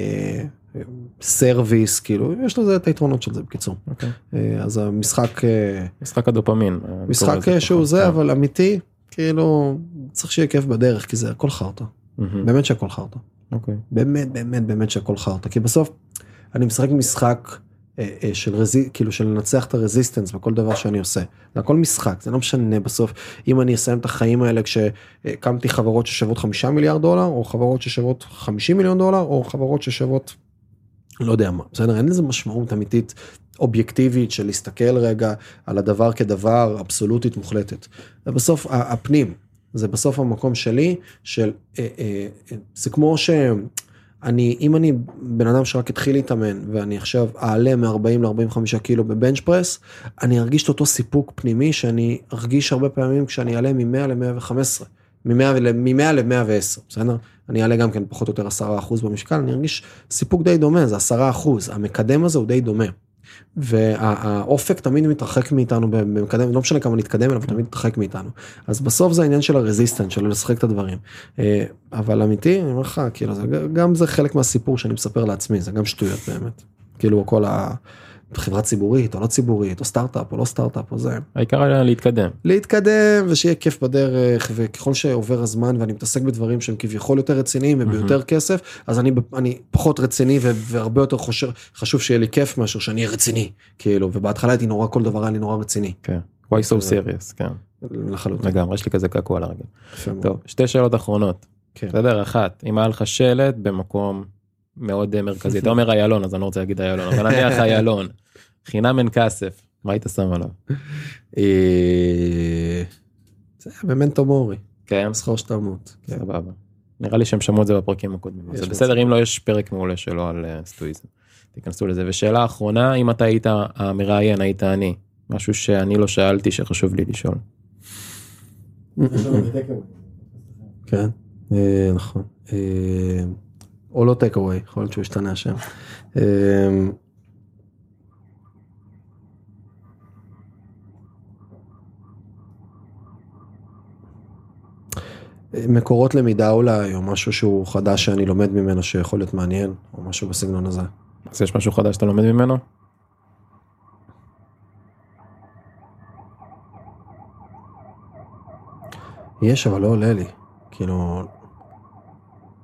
סרוויס, כאילו, יש לזה את היתרונות של זה בקיצור. אז המשחק... משחק הדופמין. משחק שהוא זה, אבל אמיתי, כאילו, צריך שיהיה כיף בדרך, כי זה הכל חרטה. באמת שהכל חרטה. באמת שהכל חרטה. כי בסוף, אני משחק כאילו של לנצח את הרזיסטנס בכל דבר שאני עושה. זה הכל משחק, זה לא משנה בסוף. אם אני אסיים את החיים האלה כשקמתי חברות ששוות $5 מיליארד, או חברות ששוות $50 מיליון, או חברות ששוות לא יודע מה, בסדר, אין לזה משמעות אמיתית אובייקטיבית של להסתכל רגע על הדבר כדבר אבסולוטית מוחלטת. זה בסוף הפנים, זה בסוף המקום שלי, זה כמו אם אני בן אדם שרק התחיל להתאמן, ואני עכשיו אעלה מ-40 ל-45 קילו בבנץ' פרס, אני ארגיש את אותו סיפוק פנימי, שאני ארגיש הרבה פעמים כשאני אעלה מ-100 ל-115, מ-100 ל-110, בסדר? אני אעלה גם כן פחות או יותר 10% במשקל, אני ארגיש סיפוק די דומה, זה 10%, המקדם הזה הוא די דומה, והאופק תמיד מתרחק מאיתנו במקדם, לא משנה כמה נתקדם, אבל תמיד מתרחק מאיתנו, אז בסוף זה העניין של הרזיסטנס, של לשחק את הדברים, אבל אמיתי, אני אומר לך, כאילו, גם זה חלק מהסיפור שאני מספר לעצמי, זה גם שטויות באמת, כאילו כל חברה ציבורית, או לא ציבורית, או סטארט-אפ, או לא סטארט-אפ, או זה. העיקר היה להתקדם. להתקדם, ושיהיה כיף בדרך, וככל שעובר הזמן, ואני מתעסק בדברים שהם כביכול יותר רציניים, וביותר כסף, אז אני פחות רציני, והרבה יותר חשוב שיהיה לי כיף, מאשר שאני אהיה רציני, כאילו, ובהתחלה הייתי נורא, כל דבר היה לי נורא רציני. כן. Why so serious, כן. לחלוטין. לגמרי, יש לי כזה קעקוע על הרגל. טוב, שתי שאלות אחרונות. בסדר, אחת, אם היה לך שלט במקום מאוד מרכזי, אתה אומר איילון, אז אני לא רוצה להגיד איילון, אבל נניח איילון, חינם אין כסף, מה היית שם עליו? זה במנטו מורי. כן? מסחור שתמות. סבבה. נראה לי שהם שמעו את זה בפרקים הקודמים. זה בסדר, אם לא יש פרק מעולה שלו על סטואיזם. תיכנסו לזה. ושאלה האחרונה, אם אתה היית המראיין, היית אני. משהו שאני לא שאלתי שחשוב לי לשאול. כן, נכון. או לא take away, יכול להיות שהוא ישתנה השם. מקורות למידה אולי, או משהו שהוא חדש שאני לומד ממנו שיכול להיות מעניין, או משהו בסגנון הזה. אז יש משהו חדש שאתה לומד ממנו? יש, אבל לא עולה לי. כאילו,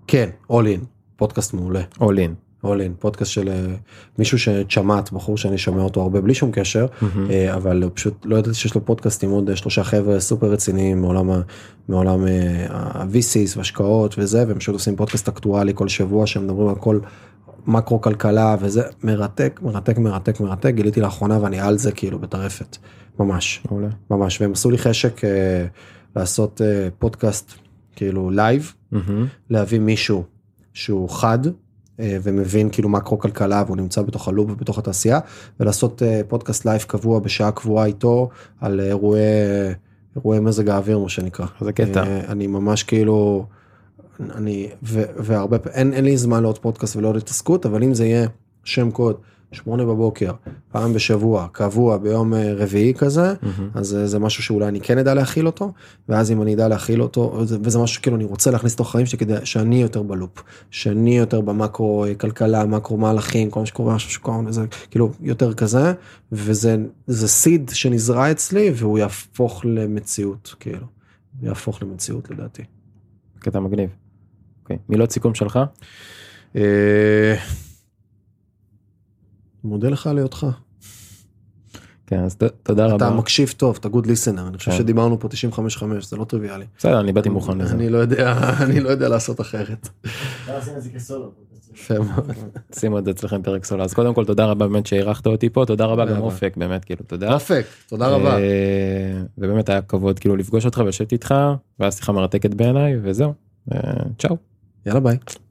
כן, all in, פודקאסט מעולה. all in. פודקאסט של מישהו שצ'מט, בחור שאני שומע אותו הרבה בלי שום קשר, אבל פשוט לא ידעתי שיש לו פודקאסט עם עוד 3 חבר'ה סופר רציניים מעולם ה-VCs והשקעות וזה, והם פשוט עושים פודקאסט אקטואלי כל שבוע, שהם מדברים על כל מקרו כלכלה, וזה מרתק, גיליתי לאחרונה ואני על זה כאילו בטרפת, ממש, והם עשו לי חשק לעשות פודקאסט כאילו לייב, להביא מישהו שהוא חד, ומבין כאילו מקרו כלכלה, והוא נמצא בתוך הלוב ובתוך התעשייה, ולעשות פודקאסט לייב קבוע בשעה קבועה איתו, על אירועי מזג האוויר, מה שנקרא. זה קטע. אני ממש כאילו, והרבה, אין לי זמן לעוד פודקאסט ולעוד התעסקות, אבל אם זה יהיה שם קוד, 8 בבוקר, פעם בשבוע, קבוע, ביום רביעי כזה, אז זה משהו שאולי אני כן אדע להכיל אותו, ואז אם אני אדע להכיל אותו, וזה משהו כאילו אני רוצה להכניס תוך חיים שכדי שאני יותר בלופ, שאני יותר במקרו כלכלה, מקרו מהלכים, כל מה שקורה, משהו שקורה, זה כאילו יותר כזה, וזה סיד שנזרע אצלי, והוא יהפוך למציאות, כאילו, יהפוך למציאות לדעתי. קטע מגניב. אוקיי, מילות סיכום שלך? מודה לך על היותך. כן, אז תודה רבה. אתה מקשיב טוב, אתה good listener, אני חושב שדיברנו פה 95-5, זה לא טריוויאלי. בסדר, אני באתי מוכן לזה. אני לא יודע לעשות אחרת. עשינו את זה כסולו. שימו את זה אצלכם פרק סולו. אז קודם כל תודה רבה באמת שהערכת אותי פה, תודה רבה גם אופק, באמת כאילו תודה. אופק, תודה רבה. ובאמת היה כבוד כאילו לפגוש אותך ולשבת איתך, והיה שיחה מרתקת בעיניי, וזהו. צ'או. יאללה ביי.